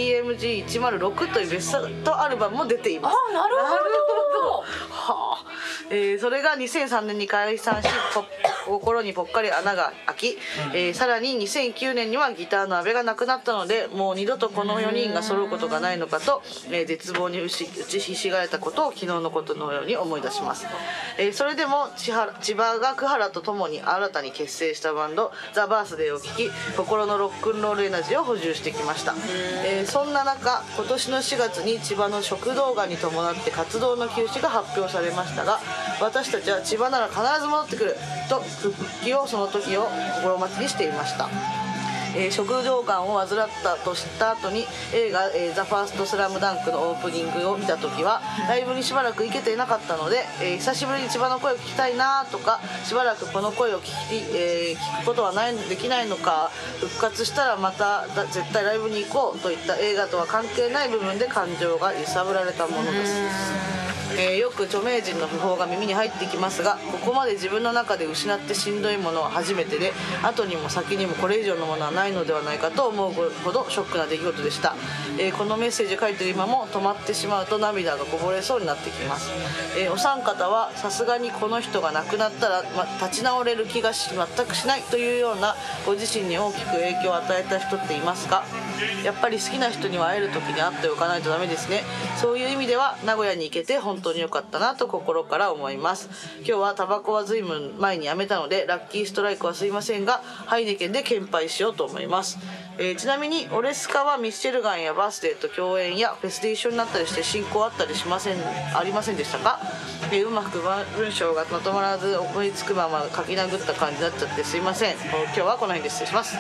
TMG106 というベストアルバムも出ています。 あ、なるほど。 はあ。それが2003年に解散し、心にぽっかり穴が開き、さらに2009年にはギターの阿部が亡くなったので、もう二度とこの4人が揃うことがないのかと、絶望に打ちひしがれたことを昨日のことのように思い出します。それでも千葉が桑原と共に新たに結成したバンドザ・バースデーを聴き、心のロックンロールエナジーを補充してきました。そんな中、今年の4月に千葉の食道がんに伴って活動の休止が発表されましたが、私たちは千葉なら必ず戻ってくると復帰を、その時を心待ちにしていました。食道がんを患ったとした後に映画「ザ・ファーストスラムダンクのオープニングを見た時はライブにしばらく行けていなかったので、久しぶりに千葉の声を聞きたいなとか、しばらくこの声を聞くことはできないのか、復活したらまた絶対ライブに行こうといった映画とは関係ない部分で感情が揺さぶられたものです。よく著名人の訃報が耳に入ってきますが、ここまで自分の中で失ってしんどいものは初めてで、後にも先にもこれ以上のものはないのではないかと思うほどショックな出来事でした。このメッセージを書いている今も止まってしまうと涙がこぼれそうになってきます。お三方はさすがにこの人が亡くなったら、立ち直れる気が全くしないというようなご自身に大きく影響を与えた人っていますか？ やっぱり好きな人には会える時に会っておかないとダメですね。そういう意味では名古屋に行けて本当に良かったなと心から思います。今日はタバコは随分前にやめたのでラッキーストライクはすいませんがハイネケンで献杯しようと思います。ちなみにオレスカはミスチェルガンやバースデーと共演やフェスで一緒になったりして親交あったりありませんでしたか？うまく文章がまとまらず思いつくまま書き殴った感じになっちゃってすいません。今日はこの辺で失礼します。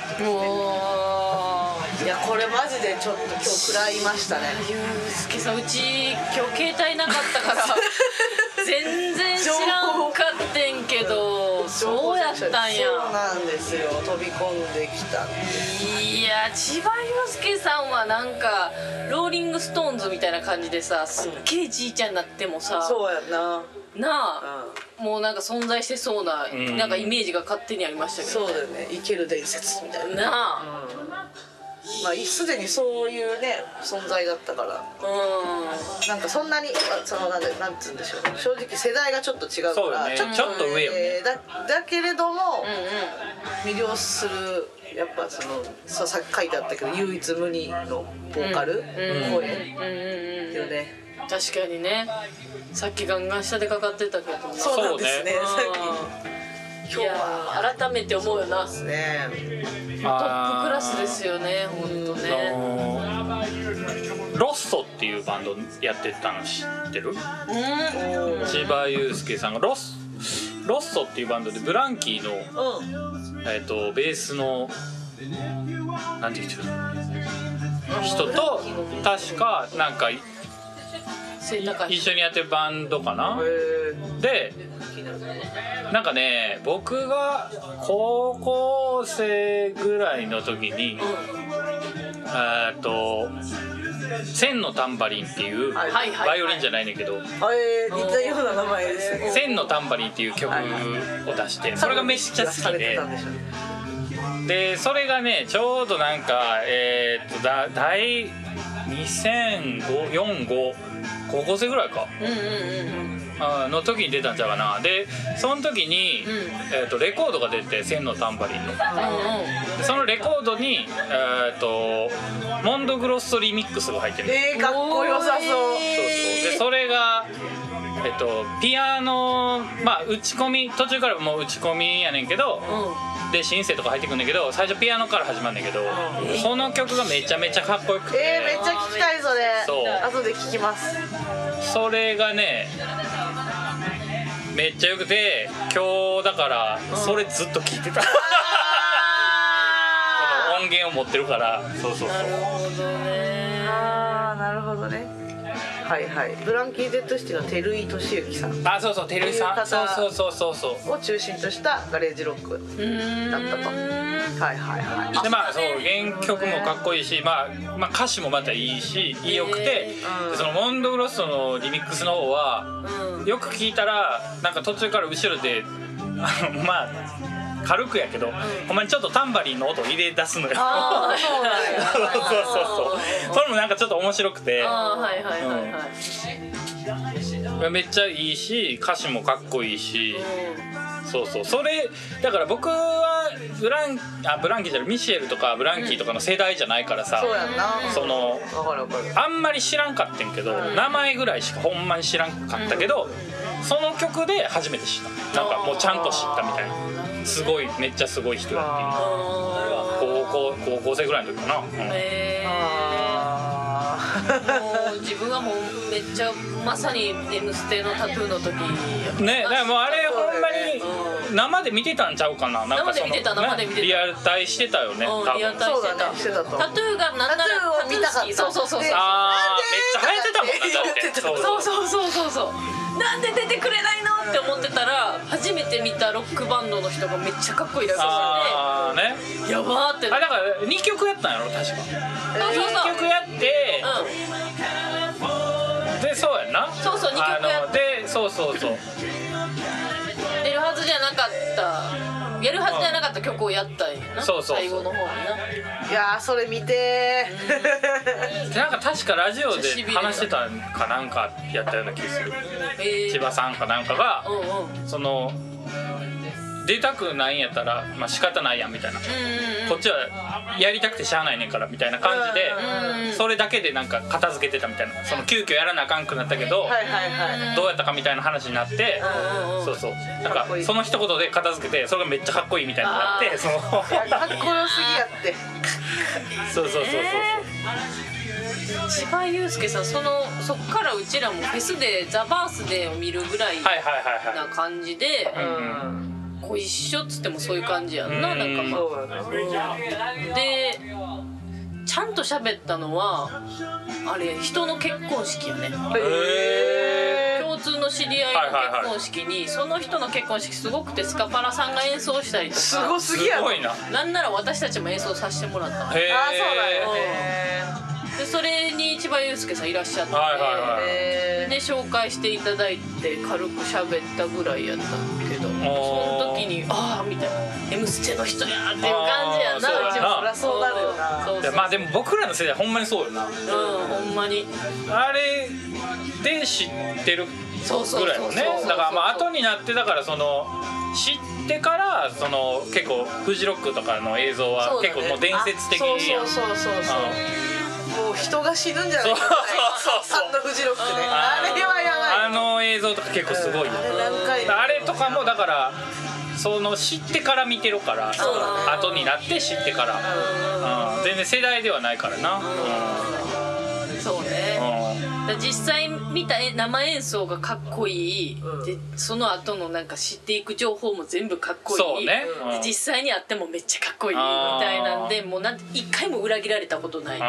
いやこれマジでちょっと今日食らいましたね。 ゆうすけさん、うち今日携帯なかったから全然知らんかってんけどそうやったんや。 そうなんですよ、飛び込んできたんです。 いや千葉雄介さんはなんかローリングストーンズみたいな感じでさ、すっげえじいちゃんになってもさ、 そうやなあ、もうなんか存在してそうな、なんかイメージが勝手にありましたけど、 そうだよね、生ける伝説みたいななあ、 まあすでにそういうね存在だったから、なんかそんなにそのなんつうんでしょう、正直世代がちょっと違うから、 ね、ちょっと上よね、 だけれども、魅了するやっぱそのさっき書いてあったけど唯一無二のボーカル、声よね。 確かにね、さっきガンガン下でかかってたけど、 そうなんですね、さっき今日は改めて思うよな、 ですね、 トップクラスですよね、ほんとね。 ロッソっていうバンドやってたの知ってる？千葉雄介さんがロッソっていうバンドでブランキーの、ベースのなんて言ってる人と確かなんか一緒にやってるバンドかな。でなんかね、僕が高校生ぐらいの時に千のタンバリンっていうバイオリンじゃないねんけど、 似たような名前ですね。 千のタンバリンっていう曲を出して、それがめっちゃ好きで、それがねちょうどなんか第2004-5高校生ぐらいかの時に出たんちゃうかな。でその時にレコードが出て、千のタンバリンのそのレコードにモンドグロッソリミックスが入ってる。 かっこよさそう。 でそれがピアノ、まあ打ち込み、途中からもう打ち込みやねんけど、でシンセとか入ってくんだけど、最初ピアノから始まるんだけど、その曲がめちゃめちゃかっこよくて、 めっちゃ聴きたいそれ。 そう後で聴きます。それがねめっちゃよくて、今日だからそれずっと聴いてた。音源を持ってるから。そうそうそう。 なるほどね。 なるほどね。はいはい、ブランキー・ゼットシティの照井俊之さん、 そうそう、照井さん、そうを中心としたガレージロックだったと。はいはいはい。 でまあそう原曲もかっこいいし、まあ歌詞もまたいいし良くて、そのモンドグロッソのリミックスの方はよく聞いたらなんか途中から後ろでまあ軽くやけど、ほんまにちょっとタンバリンの音を入れ出すのよ。そうそれもなんかちょっと面白くて、めっちゃいいし歌詞もかっこいいし、そうそう、それだから僕はブランキーじゃない、ミシェルとかブランキーとかの世代じゃないからさ、そのあんまり知らんかってんけど、名前ぐらいしかほんまに知らんかったけど、その曲で初めて知った。なんかもうちゃんと知ったみたいな。すごい、めっちゃすごい人やっていう。高校生ぐらいの時かな。 もう自分はもうめっちゃまさに「M ステ」のタトゥーの時ね、だからもうあれほんまに生で見てたんちゃうかな。なんかその生で見てたリアルタイしてたよね。 リアルタイしてた。タトゥーがなんならタトゥーを見たかった。 そうめっちゃ流行ってたもんな。だってそうなんで出てくれないのって思ってたら、初めて見たロックバンドの人がめっちゃかっこいいだけで、やばーって。 だから2曲やったんやろ確か。2曲やって、でそうやんな。 そう2曲やって、 そう出るはずじゃなかったやるはずじゃなかった曲をやったんやな。最後の方にな。 いやそれ見てなんか確かラジオで話してたんかなんかやったような気がする。千葉さんかなんかがその出たくないんやったらまあ仕方ないやんみたいな、こっちはやりたくてしゃあないねんからみたいな感じで、それだけでなんか片付けてたみたいな、その急遽やらなあかんくなったけどどうやったかみたいな話になって、そうそう、なんかその一言で片付けてそれがめっちゃかっこいいみたいになって、そのかっこよすぎやってそうそうそうそう、 千葉雄介さん、そっからうちらもフェスでザ・バースデーを見るぐらいな感じで、ご一緒っつってもそういう感じやんな、なんかまあでちゃんと喋ったのはあれ人の結婚式やね。共通の知り合いの結婚式に、その人の結婚式すごくてスカパラさんが演奏したりとか、 すごすぎやろ。 なんなら私たちも演奏させてもらったの。 そうだよでそれに千葉雄介さんいらっしゃって、で紹介していただいて軽く喋ったぐらいやったけど、その時にああみたいな「Mステの人や」っていう感じやんな。 そりゃそうなるよな。 まあでも僕らの世代ほんまにそうよな。 ほんまにあれで知ってるぐらいよね。だからまあ後になって、だからその知ってからその結構フジロックとかの映像は結構もう伝説的にやん。 そうもう人が死ぬんじゃないかな。あのフジロックね。あれはやばい。 あの映像とか結構すごいよ。あれとかもだからその知ってから見てるから、後になって知ってから、全然世代ではないからな。 そうね。実際見た生演奏がかっこいい、でその後のなんか知っていく情報も全部かっこいい、で実際に会ってもめっちゃかっこいいみたいなんで、もうなんて一回も裏切られたことない。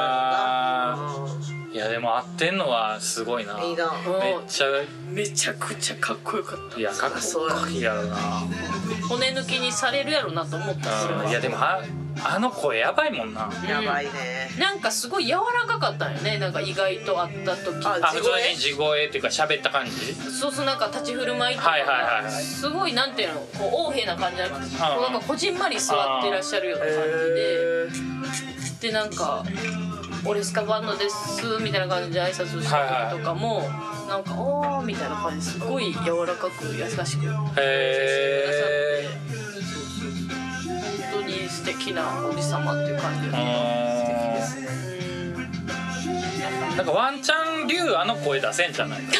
いやでも合ってんのはすごいな。 いいな。 めちゃくちゃかっこよかった。 いやかっこいいやろな。 骨抜きにされるやろなと思った。 いやでもあの声やばいもんな。 やばいね。 なんかすごい柔らかかったよね。なんか意外と会った時。 普通に地声っていうか喋った感じ。 そうなんか立ち振る舞いとかすごいなんていうの、こう横柄な感じじゃなくて、なんかこじんまり座ってらっしゃるような感じで、でなんかオレスカバンドですみたいな感じで挨拶した時とかもなんかおーみたいな感じですごい柔らかく優しく接してくださって、本当に素敵なおじさまっていう感じで、素敵ですね。 なんかワンチャン龍あの声出せんじゃないか。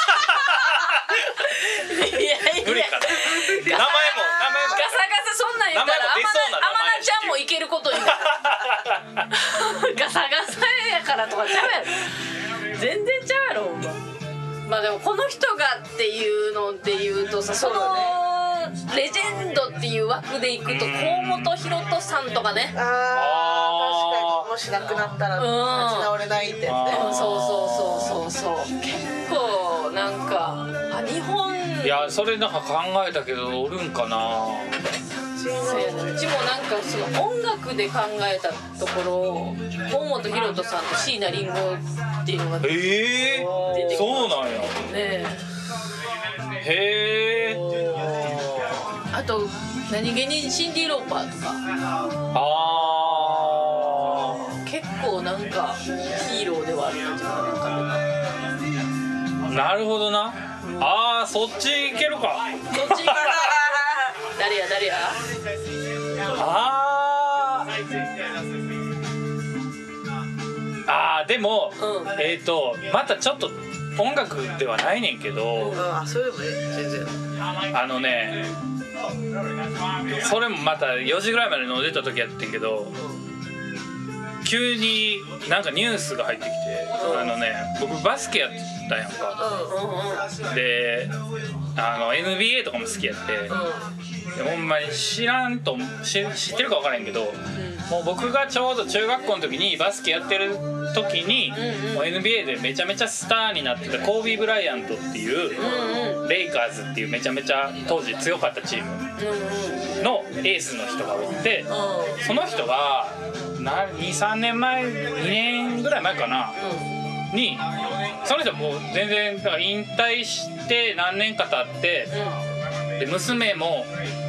いや無理かな。名前もガサガサそんなん言ったらアマナちゃんもいけることになる。ガサガサやからとかちゃうやろ。全然ちゃうやろほんま。まあでもこの人がっていうのっていうとさ、そのレジェンドっていう枠でいくと河本ひろとさんとかね。 確かにもし亡くなったら立ち直れないってやつね。 そう結構なんか日本、 いやそれなんか考えたけどおるんかな。 うちもなんかその音楽で考えたところ河本ひろとさんと椎名林檎っていうのが出てきて、 そうなんやね。 へえ。 あと何気にシンディ・ローパーとか結構なんかヒーローではあるな自分の中で。 なるほどな。そっち行けるか。 そっち行けるか。誰やでも、またちょっと音楽ではないねんけど、 それでも全然それもまた4時ぐらいまで飲んでた時やってんけど、急になんかニュースが入ってきて、僕バスケやったやんか。でNBA とかも好きやって、ほんまに知ってるか分からへんけど、もう僕がちょうど中学校の時にバスケやってる時に、もう NBA でめちゃめちゃスターになってたコービー・ブライアントっていうレイカーズっていうめちゃめちゃ当時強かったチームのエースの人がおって、その人が2年ぐらい前かなに、その人もう全然だから引退して何年か経って、で娘も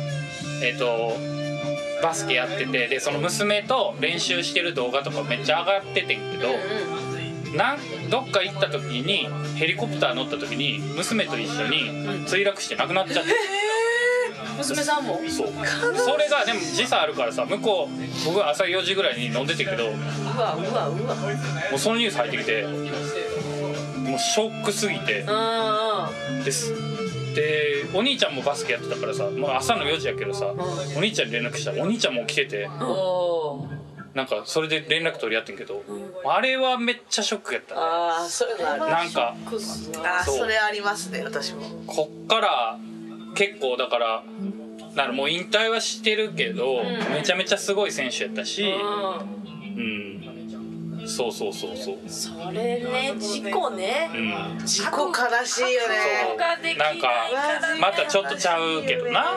バスケやってて、でその娘と練習してる動画とかめっちゃ上がっててんけど、どっか行った時にヘリコプター乗った時に娘と一緒に墜落して亡くなっちゃって、 娘さんもそうそれがでも時差あるからさ、向こう僕は朝4時ぐらいに飲んでてんけど、もうわうそのニュース入ってきて、もうショックすぎてですで、お兄ちゃんもバスケやってたからさ、もう朝の4時やけどさ、お兄ちゃんに連絡したらお兄ちゃんも来てて、なんかそれで連絡取り合ってんけど、あれはめっちゃショックやったね。 ああそれがある。 なんかそれありますね、私も。 こっから結構だからもう引退はしてるけど、めちゃめちゃすごい選手やったし、そうそれね、事故ね、 事故悲しいよね。 なんかまたちょっとちゃうけどな。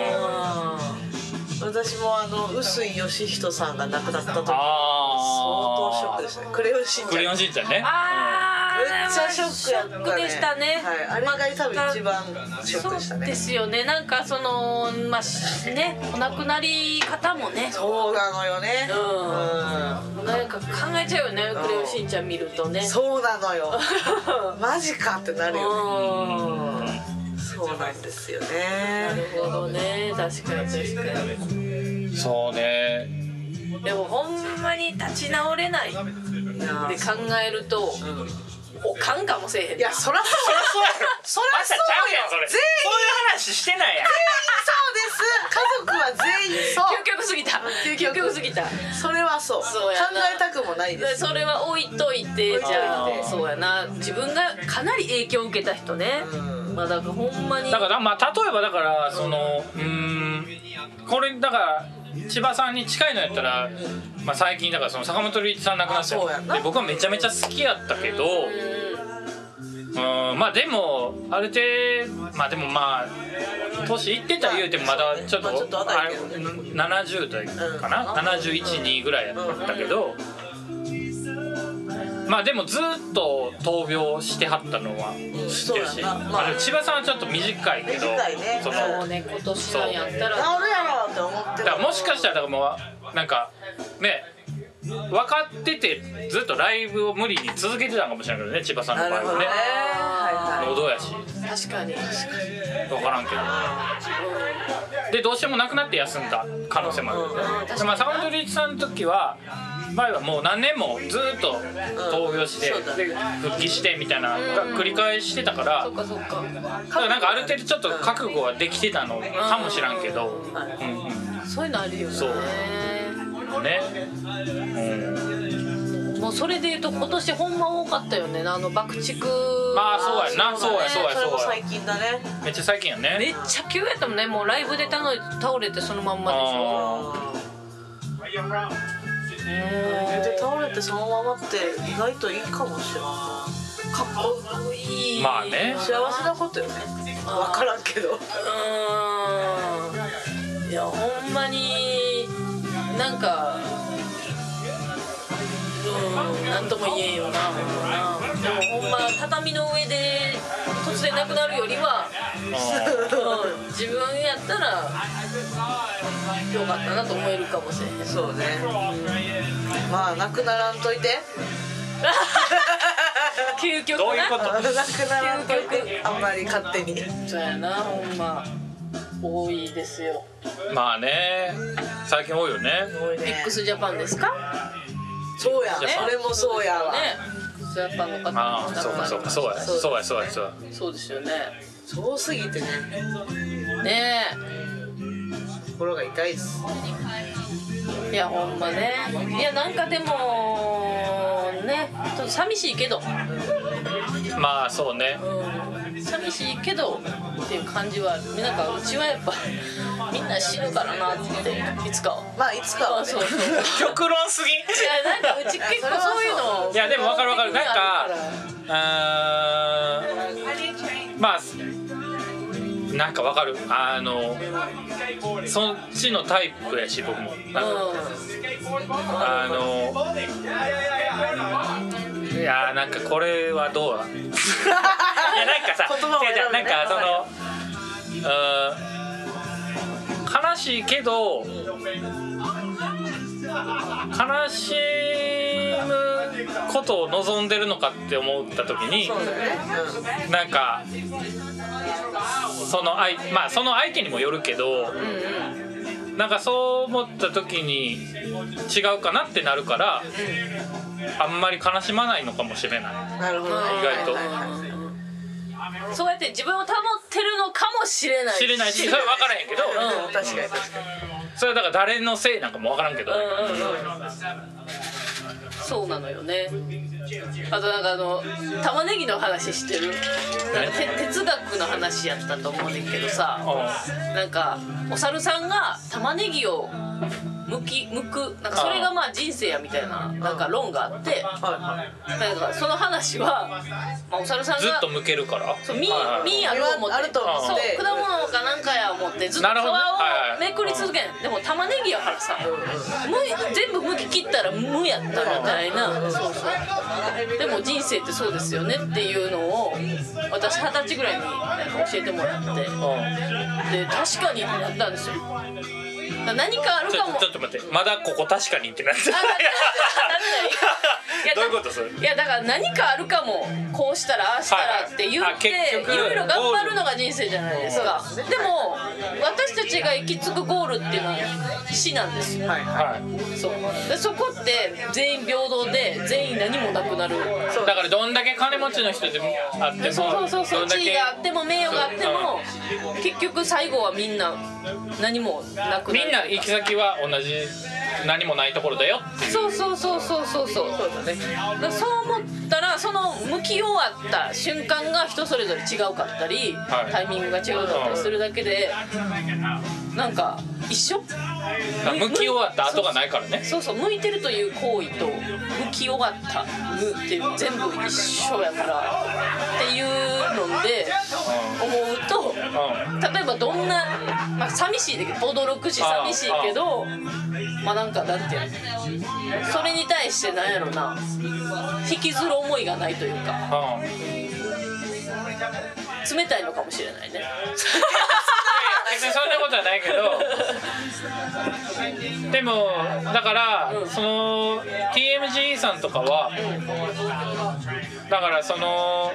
私も臼井義人さんが亡くなった時、相当ショックでしたね。クレヨンしんちゃんね。めっちゃショックやったね。 ショックでしたね。 あれが多分一番ショックでしたね。 そうですよね。なんかね、お亡くなり方もね。 そうなのよね。 なんか考えちゃうよね、クレヨンしんちゃん見るとね。 そうなのよ。マジかってなるよね。そうなんですよね。 なるほどね、確かに。 そうね。 でもほんまに立ち直れないって考えると、おかんかもせえへん。 いや、そらそうそらそうやん、それ。そういう話してないやん。 そうです。家族は全員そう。 究極すぎた。 それはそう。考えたくもないです。 それは置いといて、じゃあそうやな、自分がかなり影響を受けた人ね。まあだからほんまに。 だからまあ例えばだからこれだから千葉さんに近いのやったら、まあ最近だからその坂本龍一さん亡くなったよ。で僕はめちゃめちゃ好きやったけど、まあでもある程度まあでもまあ年いってた言うてもまだちょっと70代かな、71、2ぐらいやったけど、まあでもずっと闘病してはったのは知ってるし、千葉さんはちょっと短いけど、 そうね、今年なんやったら治るやろって思って。 だからもしかしたらもうなんかね、分かっててずっとライブを無理に続けてたかもしれないけどね、千葉さんの場合はね。喉やし。 確かに。 分からんけど。でどうしてもなくなって休んだ可能性もある。でまあ坂本龍一さんの時は場合はもう何年もずっと闘病して、で復帰してみたいなのが繰り返してたから、だからなんかある程度ちょっと覚悟はできてたのかもしらんけど、 そういうのあるよね。 そうね。 もうそれでいうと今年ほんま多かったよね、爆竹。 まあそうやな、そうや。 それも最近だね。 めっちゃ最近やね。 めっちゃ急やったもんね、もうライブで倒れてそのまんまでしょ。 で倒れてそのままって意外といいかもしれない。 かっこいい。 まあね。 幸せなことよね。分からんけど。 いやほんまになんか。なんとも言えんよな。でもほんま畳の上で突然なくなるよりは自分やったらよかったなと思えるかもしれへん。 そうね。まあなくならんといて。 究極な。 どういうこと？ なくならんといて。あんまり勝手に。 そうやな、ほんま多いですよ。 まあね、最近多いよね。 x ジャパンですか？ そうやね。それもそうやわ。 x ジャパンの方も。 ああ、そうや。 そうですよね。 そうすぎてね。 ねえ。心が痛いです。 いやほんまね。いやなんかでもね、ちょっと寂しいけど。 まあそうね。 寂しいけどっていう感じはある。なんかうちはやっぱみんな死ぬからなっていつかは。 まあいつかはね。そう極論すぎ。 いやなんかうち結構そういうの。 いやでも分かる。なんかまあなんか分かる。そっちのタイプやし僕も。いやなんかこれはどうだ。いやなんかさ、なんか悲しいけど悲しむことを望んでるのかって思った時に、なんかその相手にもよるけど、なんかそう思った時に違うかなってなるから、あんまり悲しまないのかもしれない。 なるほど、 意外と、 そうやって自分を保ってるのかもしれないし、 それは分からへんけど、 確かにそれはだから誰のせいなんかも分からんけど、 そうなのよね。あとなんか玉ねぎの話してる？なんか哲学の話やったと思うねんけどさ、なんかお猿さんが玉ねぎを剥くなんかそれがまあ人生やみたいななんか論があって、なんかその話は、まあ、お猿さんがずっと剥けるから、 そう実やと思って、 あると思って、 そう果物かなんかや思ってずっと皮をめくり続けん。でも玉ねぎやからさ、全部剥き切ったら無やったみたいな。そうそう。でも人生ってそうですよねっていうのを私20歳ぐらいになんか教えてもらって、で確かにってなったんですよ。何かあるかも。 ちょっと待って、まだここ確かにってなってる。どういうことそれ？ いやだから何かあるかも、こうしたらああしたらって言っていろいろ頑張るのが人生じゃないですか。でも私たちが行き着くゴールっていうのは死なんですよ。そうでそこって全員平等で全員何もなくなる。 だからどんだけ金持ちの人でもあっても、 そう地位があっても名誉があっても結局最後はみんな何もなくなる。 みんな行き先は同じ何もないところだよっていう。 そうだね。そう思ったらその向き終わった瞬間が人それぞれ違うかったり、タイミングが違うかったりするだけでなんか一緒。 向き終わった後がないからね。 そう向いてるという行為と向き終わった無っていう全部一緒やからっていうので思うと、例えばどんな、まあ寂しいけど驚くし寂しいけど、まあなんかなんていうの、それに対してなんやろな、引きずる思いがないというか、冷たいのかもしれないね。 別にそんなことはないけど、でもだから、その TMG さんとかは、だからその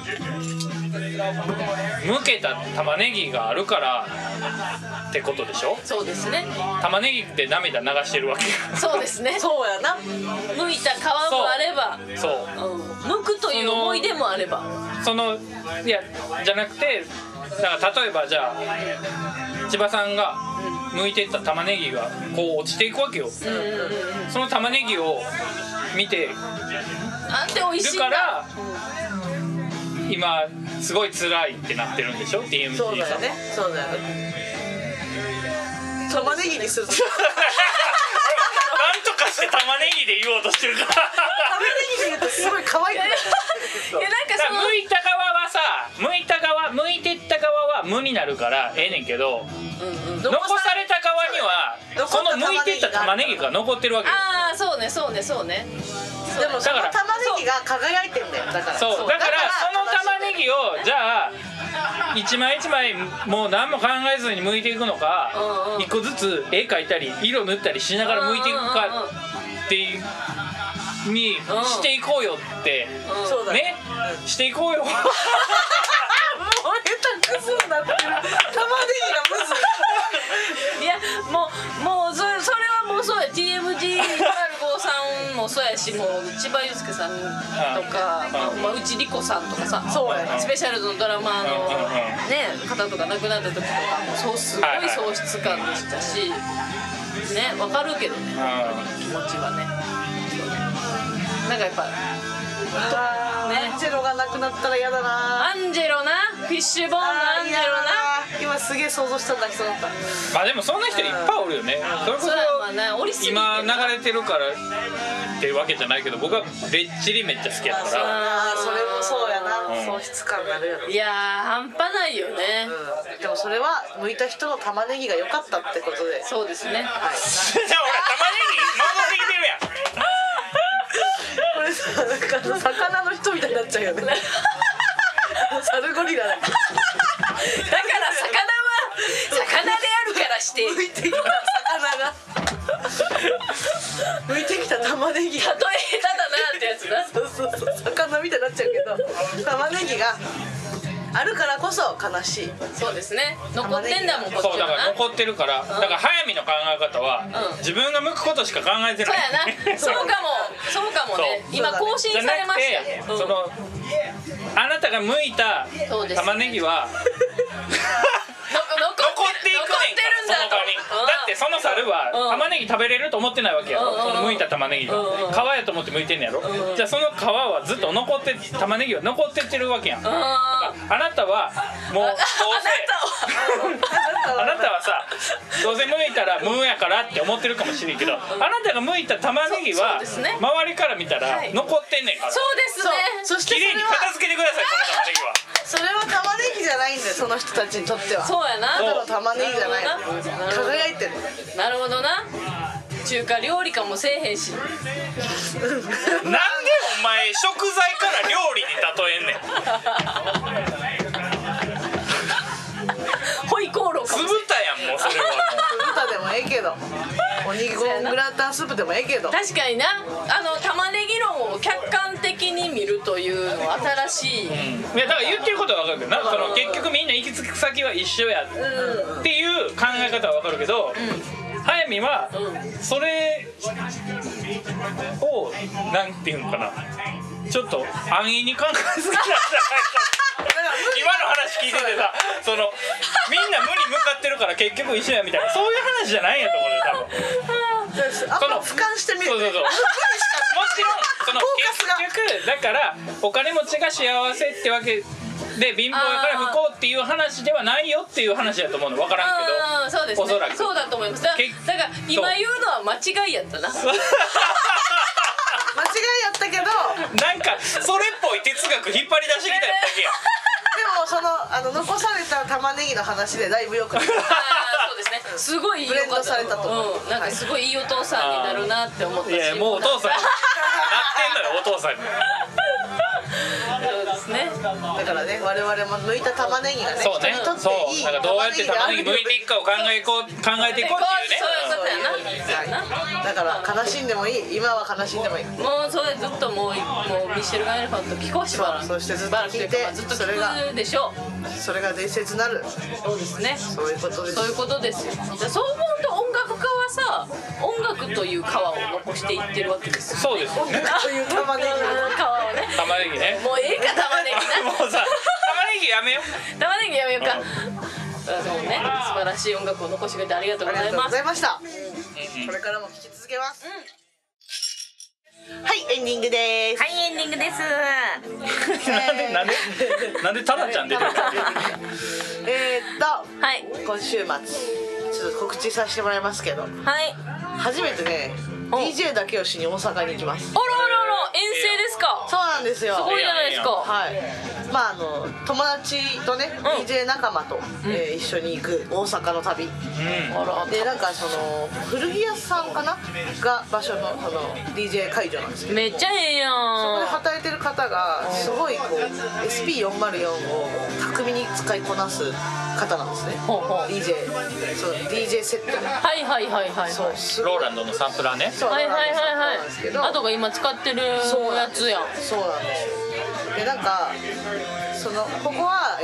剥けた玉ねぎがあるからってことでしょ。 そうですね。 玉ねぎって涙流してるわけ。 そうですね。 そうやな。 剥いた皮もあれば、そう、剥くという思い出もあれば、 いやじゃなくて、だから例えばじゃあ千葉さんが剥いてった玉ねぎがこう落ちていくわけよ。その玉ねぎを見てなんで美味しいんだから、今すごい辛いってなってるんでしょ TMG さんは。 そうだよね。そうだよね。玉ねぎにする。なんとかして玉ねぎで言おうとしてるから。 玉ねぎで言うとすごい可愛くなる。 いやなんかその剥いた側はさ、剥いてった側は無になるからええねんけど、残された側にはその剥いてった玉ねぎが残ってるわけよ。 ああそうね。 でもその玉ねぎが輝いてんだよ。だからその玉ねぎをじゃあ一枚一枚もう何も考えずに剥いていくのか、一個ずつ絵描いたり色塗ったりしながら剥いていくかっていうにしていこうよってね、していこうよ。 クズになってる。玉ねぎがむずい。 いやもうそれはもうそうや。 TMG さんもそうやし、もう千葉雄介さんとか、うちりこさんとかさ、 そうやね。 スペシャルのドラマのね方とか亡くなった時とかもすごい喪失感でしたしね、わかるけどね、気持ちはね。なんかやっぱアンジェロがなくなったら嫌だな。 アンジェロな、フィッシュボーンのアンジェロな。 今すげえ想像したんだけど。 まあでもそんな人いっぱいおるよね。それこそ今流れてるからっていうわけじゃないけど、僕はレッチリめっちゃ好きやから。 それもそうやな。喪失感になるよね。 いや半端ないよね。 でもそれは剥いた人の玉ねぎが良かったってことで。 そうですね。はい。 でもほら玉ねぎ戻ってきてるやん。 これさ、なんか魚の人みたいになっちゃうよね。サルゴリラだ。だから魚であるからして剥いてきた魚が剥いてきた玉ねぎ。 例え下手だなってやつだ。 そう魚みたいになっちゃうけど、玉ねぎがあるからこそ悲しい。 そうですね。残ってんだもんこっちそうだはな。 から残ってるから、だから早見の考え方は、自分が向くことしか考えてない。 そうやな。そうかもね。今更新されました。 そのあなたが剥いた玉ねぎは残っていくねんから、その場に。だってその猿は玉ねぎ食べれると思ってないわけやろ、その剥いた玉ねぎが皮やと思って剥いてんねやろ。じゃあその皮はずっと残って玉ねぎは残ってってるわけやん。だからあなたはもうどうせあなたはさ、どうせ剥いたら無やからって思ってるかもしれんけど、あなたが剥いた玉ねぎは周りから見たら残ってんねんから。 そうですね。 そして綺麗に片付けてください、その玉ねぎは。 それは玉ねぎじゃないんだよ、その人たちにとっては。 そうやな。 ただの玉ねぎじゃないの。輝いてる。 なるほどな。中華料理かもせえへんし。 なんでお前食材から料理に例えんねん。 ホイコーローか酢も。 豚やん、もうそれはもう。 豚でもええけど、お肉コーングラタンスープでもええけど。 確かにな。玉ねぎ論を客観的に見るというのは新しい。 いやだから言ってることは分かるけどな、その結局みんな行き着く先は一緒やっていう考え方は分かるけど、早見はそれをなんていうのかな、ちょっと安易に考えすぎなんじゃないか。今の話聞いててさ、そのみんな無に向かってるから結局一緒やみたいな、そういう話じゃないんやと思うよ多分。 あんま俯瞰してみる。 そうもちろんその結局だからお金持ちが幸せってわけで貧乏やから不幸っていう話ではないよっていう話だと思うの。分からんけど、 そうですね。 おそらくそうだと思います。だから今言うのは間違いやったな。 間違いやったけど、 なんかそれっぽい哲学引っ張り出してきただけや。 でもその残された玉ねぎの話でだいぶ良くなった。 そうですね。すごいいいブレンドされたと思う。 なんかすごいいいお父さんになるなって思ったし。 いやもうお父さんなってんのよ、お父さんに。 そうですね。 だからね、我々も剥いた玉ねぎがね、 そうね、 人にとってそういいなんかどうやって玉ねぎ剥いていくかを考えていこうっていうね。 そういうことやな。 だから悲しんでもいい、今は悲しんでもいい。 もうそれずっともうミシェルガン・エレファント聞こうしばらく。 そしてずっと聞いて、 ずっと聞くでしょう。 それが伝説なる。 そうですね。 そういうことです。 そういうことですよ。そう思うと音楽家はさ、音楽という皮を残していってるわけですよ。 そうですよね。 という玉ねぎ。 皮をね。 玉ねぎね。 もうええか玉ねぎな。 もうさ、玉ねぎやめよう。 玉ねぎやめようか。そうね、素晴らしい音楽を残してくれてありがとうございます。 ありがとうございました。これからも聴き続けます。はい、エンディングです。 はい、エンディングです。 なんでタナちゃん出てるの？ はい。 今週末ちょっと告知させてもらいますけど、 はい。 初めてね DJ だけをしに大阪に行きます。 あらあらあら、遠征ですか。 そうなんですよ。 すごいじゃないですか。 はい。まあ友達とね、DJ 仲間と、一緒に行く大阪の旅。でなんかその古着屋さんかなが場所のその DJ 会場なんですけど。 めっちゃええやん。 そこで働いてる方がすごいこう SP404 を巧みに使いこなす方なんですね。 ほうほう。 DJ そう DJ セット。 はいはいはいはい。 そうローランドのサンプラーね。 はいはいはいはい。 なんですけど。 あとが今使ってるやつやん。 そうなんですよ。でなんかここは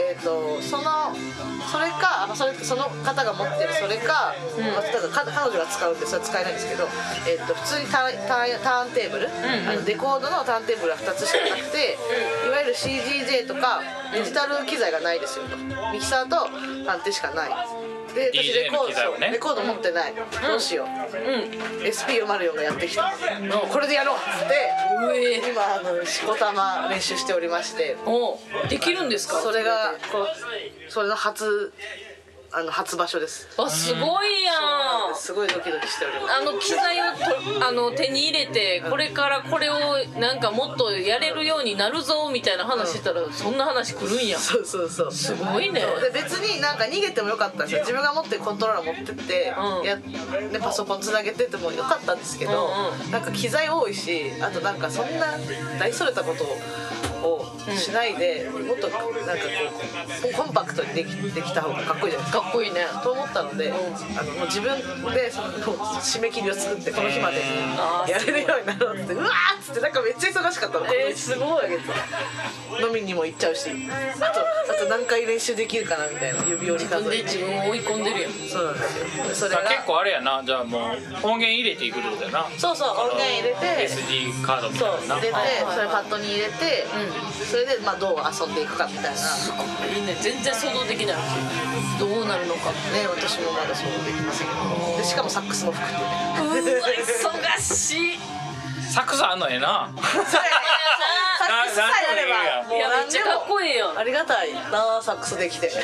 その方が持ってるそれか、彼女が使うんでそれは使えないんですけど、普通にターンテーブル、レコードのターンテーブルが2つしかなくて、いわゆる CDJ とかデジタル機材がないですよと。ミキサーとターンテしかない。で私レコード持ってない、どうしよう、SP404 がやってきた、これでやろうって今しこたま練習しておりまして。 できるんですか。 それがそれの初場所です。 あ、すごいやん。 すごいドキドキしております。 機材を手に入れて、これからこれをなんかもっとやれるようになるぞみたいな話してたら、そんな話来るんや。 そうすごいね。 で別になんか逃げてもよかったんですよ。自分が持ってるコントローラー持ってってパソコンつなげててもよかったんですけど、なんか機材多いし、あとなんかそんな大それたことをしないで、もっとなんかこうコンパクトにできた方がかっこいいじゃないですか。 かっこいいね。 と思ったので、もう自分で締め切りを作って、この日までやれるようになろうって、うわーっつって、なんかめっちゃ忙しかったの。 すごい。 飲みにも行っちゃうし、あと何回練習できるかなみたいな、指折り数えて自分を追い込んでるやん。 そうなんですよ。それが結構あれやな、じゃあもう音源入れていくってことやな。 そうそう、音源入れて SD カードみたそういな入れて、それパッドに入れて、それでまあどう遊んでいくかみたいな。 すごいいいね。全然想像できない。どうなるのかね、私もまだ想像できませんけど、でしかもサックスも吹くっていうね。 うわ忙しい。 サックスあんのええな。 サックスさえあればもういやめっちゃかっこいいよ。 ありがたいな、サックスできて。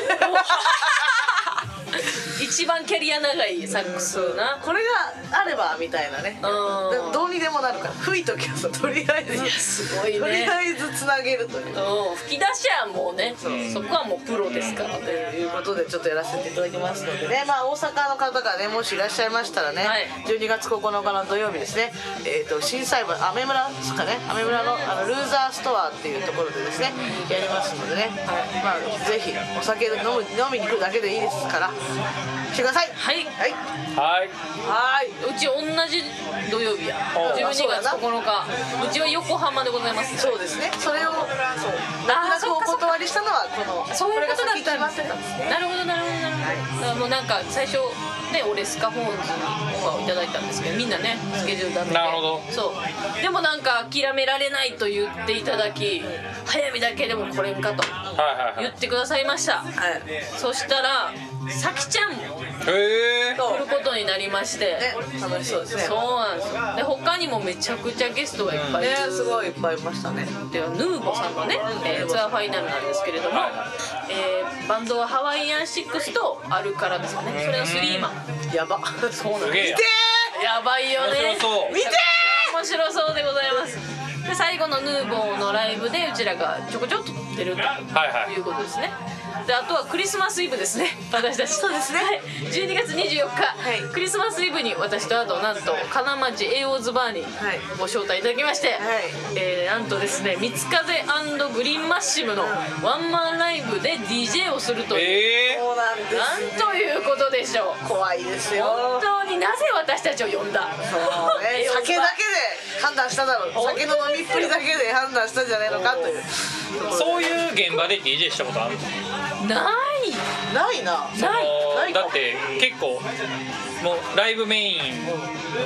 一番キャリア長いサックスな。 これがあればみたいなね。どうにでもなるから、吹いときはさ、とりあえずすごいね。 とりあえずつなげるという。 吹き出しはもうね、そこはもうプロですからということでちょっとやらせていただきますのでね、まあ大阪の方がねもしいらっしゃいましたらね、 はい、 12月9日の土曜日ですね、心斎橋アメ村ですかね、アメ村のルーザーストアっていうところでですねやりますのでね、まあぜひお酒飲みに来るだけでいいですから来てください。 はいはいはい。 うち同じ土曜日や。12月9日。うちは横浜でございます。 そうですね。それを泣く泣くお断りしたのはこのそういうことだったん決まってたんですね。 なるほどなるほどなるほど。だからもうなんか最初ねオレスカホーンズにオファーをいただいたんですけど、みんなねスケジュールダメで。 なるほど。 そうでもなんか諦められないと言っていただき、早見だけでも来れんかと言ってくださいました。そしたらさきちゃんも来ることになりまして、 楽しそうですね。 そうなんですよ。で他にもめちゃくちゃゲストがいっぱいいる。 すごいいっぱいいましたね。 でヌーボさんのね、ツアーファイナルなんですけれども、バンドはハワイアン6とアルカラですかね。それのスリーマン。 やば。 そうなんです。 すげえやばいよね。 面白そう。 見て面白そうでございます。で最後のヌーボーのライブでうちらがちょこちょっと出るということですね。であとはクリスマスイブですね、私たち。 そうですね、 はい、12月24日、クリスマスイブに私とあとなんと金町エイオーズバーにご招待いただきまして、なんとですね三風&グリーンマッシブのワンマンライブで DJ をするという、 そうなんです。 なんということでしょう。 怖いですよ。 本当になぜ私たちを呼んだ。 そうね、酒だけで判断しただろう。酒の飲みっぷりだけで判断したんじゃないのかという。 そういう現場で DJ したことある？ ないな。 ないだって結構もうライブメインの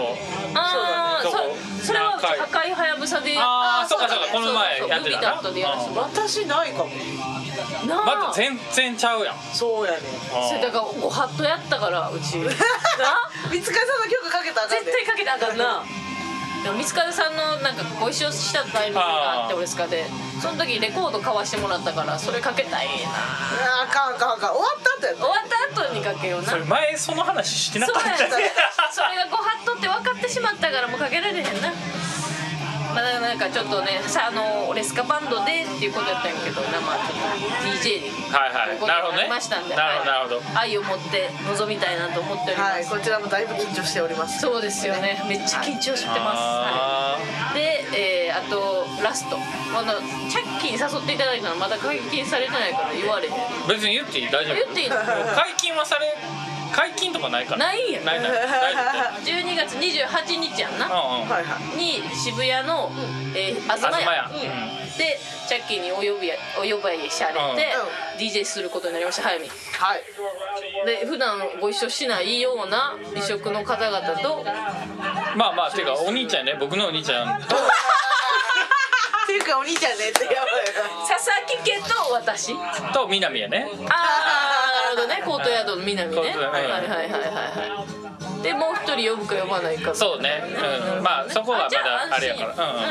それは赤いはやぶさで。 そうかこの前やってたな。 私ないかも。 また全然ちゃうやん。 そうやね。 それだからご法度やったからうち。な？ 三塚さんの曲かけたらあかんで。 絶対かけたらあかんな。でも三塚さんのなんかご一緒したタイミングがあってオレスカで、その時レコード買わしてもらったからそれかけたいな。 あかん終わった後やった。 終わった後にかけような。 それ前その話してなかったね。 それがご法度って分かってしまったからもうかけられへんな。まあなんかちょっとねオレスカバンドでっていうことやったんやけど、まあちょっと DJ になるほどね。 なりましたんで、 なるほど。 愛を持って臨みたいなと思っております。 こちらもだいぶ緊張しております。 そうですよね。めっちゃ緊張してます。で、あとラストチャッキーに誘っていただいたのまだ解禁されてないから言われへん。 別に言っていい？大丈夫？ 言っていいの？ 解禁とかないから。 ないんや。 ない 12月28日やんな。に渋谷の東屋でチャッキーにお呼ばれしゃれて DJ することになりました。早見。で普段ご一緒しないような美食の方々とまあていうかお兄ちゃんね、僕のお兄ちゃんとっていうかお兄ちゃんねってやばいな。 佐々木家と私と南やね。 なるほどね。コートヤードの南ね。でもう一人呼ぶか呼ばないか。 そうね。まあそこはまだあれやから。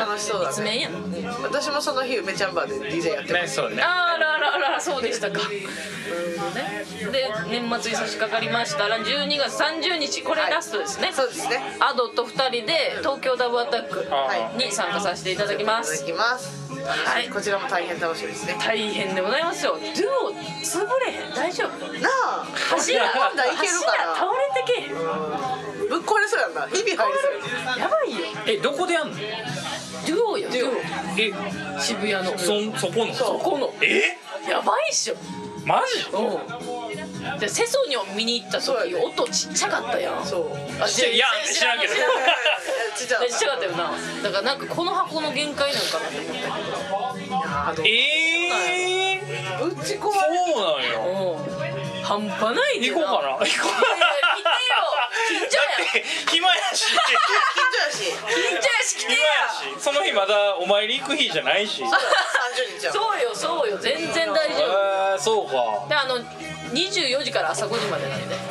楽しそうだね。 一面やん。 私もその日梅ちゃんバーで DJ やってます。 そうね。 あらそうでしたか。で年末に差し掛かりましたら12月30日これラストですね。 そうですね。 アドと2人で東京ダブアタックに参加させていただきます。はい、 こちらも大変楽しみですね。 大変でございますよ。デュオ潰れへん？大丈夫？ なあ、 柱いけるかな。 倒れてけへん。 ぶっ壊れそうやんな。日々入りそうやばいよ。 どこでやんの？ デュオよ。デュオ。渋谷の。 そこの。 やばいっしょ。 マジ？ でセソニョン見に行った時音ちっちゃかったやん。 そう。 いや知らんけど。 ちっちゃかったよな。だからなんかこの箱の限界なんかなって思ったけど。 売っちこそうなんよ。 半端ないで行こうかな。行こうかな。 来てよ近所やだって暇やし。 近所やし近所やし来て暇ややし。その日まだお参り行く日じゃないし。 30日やそうよ全然大丈夫そうか。 で24時から朝5時までなんで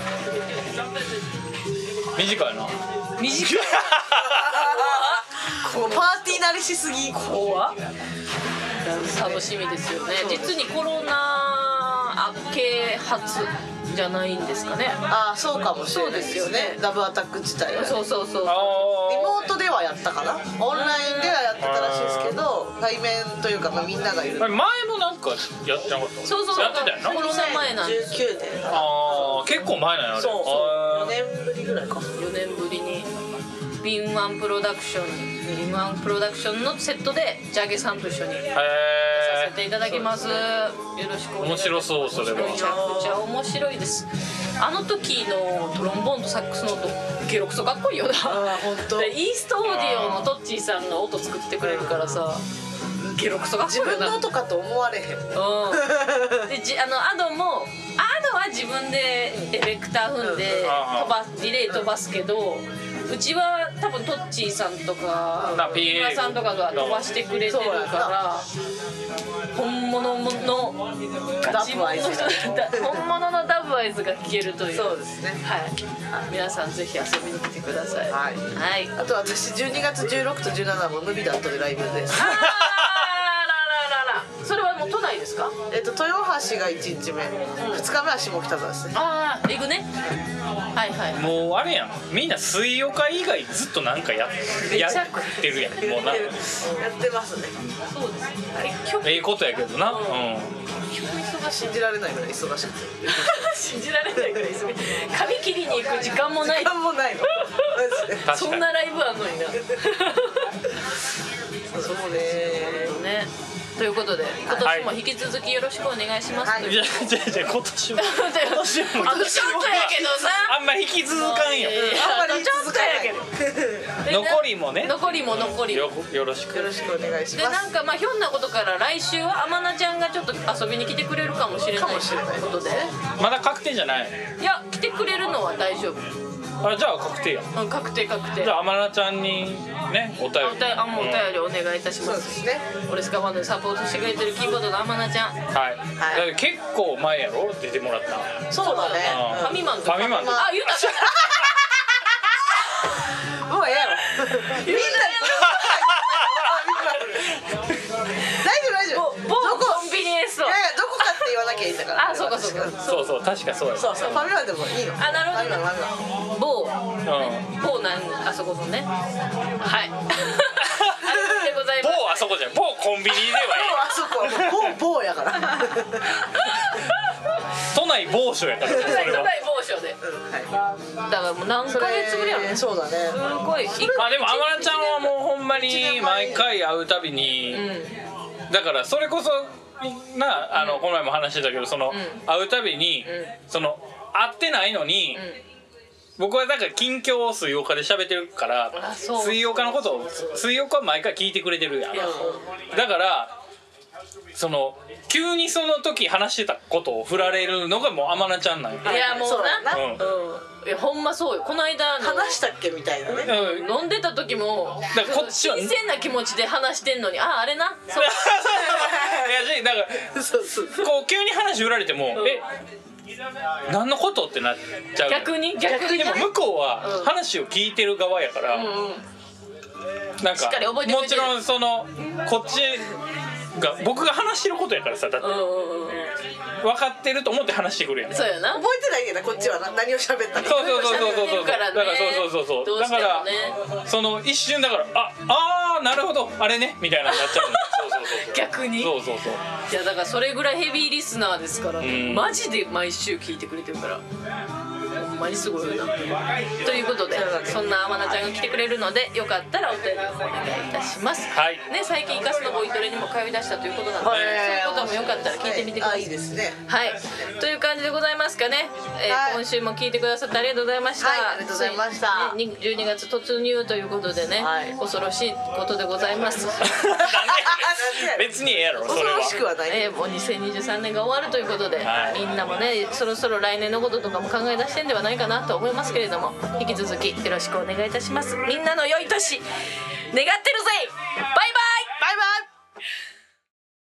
短いな。 短いもうパーティー慣れしすぎ。 怖っ楽しみですよね。実にコロナ明け初じゃないんですかね。 ああそうかもしれないですよそうですよね。ダブアタック自体はそうリモートではやったかな、オンラインではやってたらしいですけど、対面というか、まあ、みんながいる。 前もなんかやってなかった。 そうやってたよな。 コロナ前なんです。 19年。 ああ結構前なんやあれ。 そう4年ぶりぐらいか。 4年ぶりに敏腕プロダクションのセットでジャゲさんと一緒にさせていただきます。よろしくお願いします。 面白そうそれは。 めちゃくちゃ面白いです。あの時のトロンボーンとサックスの音ゲロクソかっこいいよな。 本当。 でイーストオーディオのトッチーさんが音作ってくれるからさ、ゲロクソかっこいいよな。 自分の音かと思われへん。 でアドは自分でエフェクター踏んでリレー飛ばすけど、うちは多分トッチーさんとか木村さんとかが飛ばしてくれてるから本物のダブアイズ本物のダブアイズが聴けるという。 そうですね。 はい、皆さんぜひ遊びに来てください。 はい。あと私12月16と17もムビダットでライブです。 それはもう都内ですか？ 豊橋が1日目、2日目は下北沢ですね。 ああ、行くね。はいはい。 もうあれやん、みんな水曜会以外ずっとなんかやってるやん。もうなやってますね。 そうですね。結局ええことやけどな。 信じられないぐらい忙しくて。 信じられないぐらい髪切りに行く時間もない。 時間もないの。 確かにそんなライブあんのにな。 そうね。 ということで今年も引き続きよろしくお願いします。 じゃあ今年もあとちょっとやけどさ。 あんま引き続かんよ。 あとちょっとやけど。 残りもね。 残りもよろしくよろしくお願いしで、 ます。 なんかまあひょんなことから来週は天菜ちゃんがちょっと遊びに来てくれるかもしれないということで、 まだ確定じゃない。 いや来てくれるのは大丈夫。 あ、じゃあ確定や。 確定。 じゃあ天菜ちゃんにねお便り。 お便りお願いいたします。 そうですね。 オレスカバンドでサポートしてくれてるキーボードの天菜ちゃん。 はい。だから結構前やろ出てもらった。 そうだね。 ファミマンとか。 ファミマンとか。 あ、言うた。 もうええやろ。みんな大丈夫。 某コンビニエンスト。 どこかって言わなきゃいいんだから。 あ、そうか。 そう確かそうや。 そうファミマでもいいの。 あ、なるほど。某あそこのね。はい。でございます。 某あそこじゃん。某コンビニではいい。 あそこは某やから。 都内某所やから。 都内某所で。だからもう何ヶ月ぶりやろ。 そうだね。 すごい。 でも天菜ちゃんはもうほんまに毎回会うたびに、だからそれこそなこの前も話してたけど会うたびに会ってないのに。僕はだから近況を水曜日で喋ってるから水曜日のことを水曜日は毎回聞いてくれてるやん。だから急にその時話してたことを振られるのがもう天菜ちゃんなんよ。 いやもうな。いやほんまそうよ。この間話したっけみたいなね。 飲んでた時もだからこっちは新鮮な気持ちで話してんのに、あれな。そう。 いやだからこう急に話振られても何のことってなっちゃう。 逆にでも向こうは話を聞いてる側やからなんかもちろんこっちが僕が話してることやからさ、だって分かってると思って話してくるやん。 そうやな。 覚えてないけどこっちは何を喋ったの。 そうだから一瞬だからあなるほどあれねみたいなになっちゃうの。 逆に。 そういやだからそれぐらいヘビーリスナーですからね。マジで毎週聞いてくれてるから。ほんまにすごいよな。ということでそんな天菜ちゃんが来てくれるのでよかったらお便りをお願いいたします。ね、最近イカスのボイトレにも通い出したということなので、そういうこともよかったら聞いてみてください。 いいですね。 はい。という感じでございますかね、 はい今週も聞いてくださってありがとうございました、 はいありがとうございましたね12月突入ということでね、 はい恐ろしいことでございます別にええやろそ恐れはろしくはない、 もう2023年が終わるということで、 はいみんなもねそろそろ来年のこととかも考え出してんではないかなと思いますけれども、引き続きよろしくお願いいたします。みんなの良い年願ってるぜ。バイバイ。 バイバイ。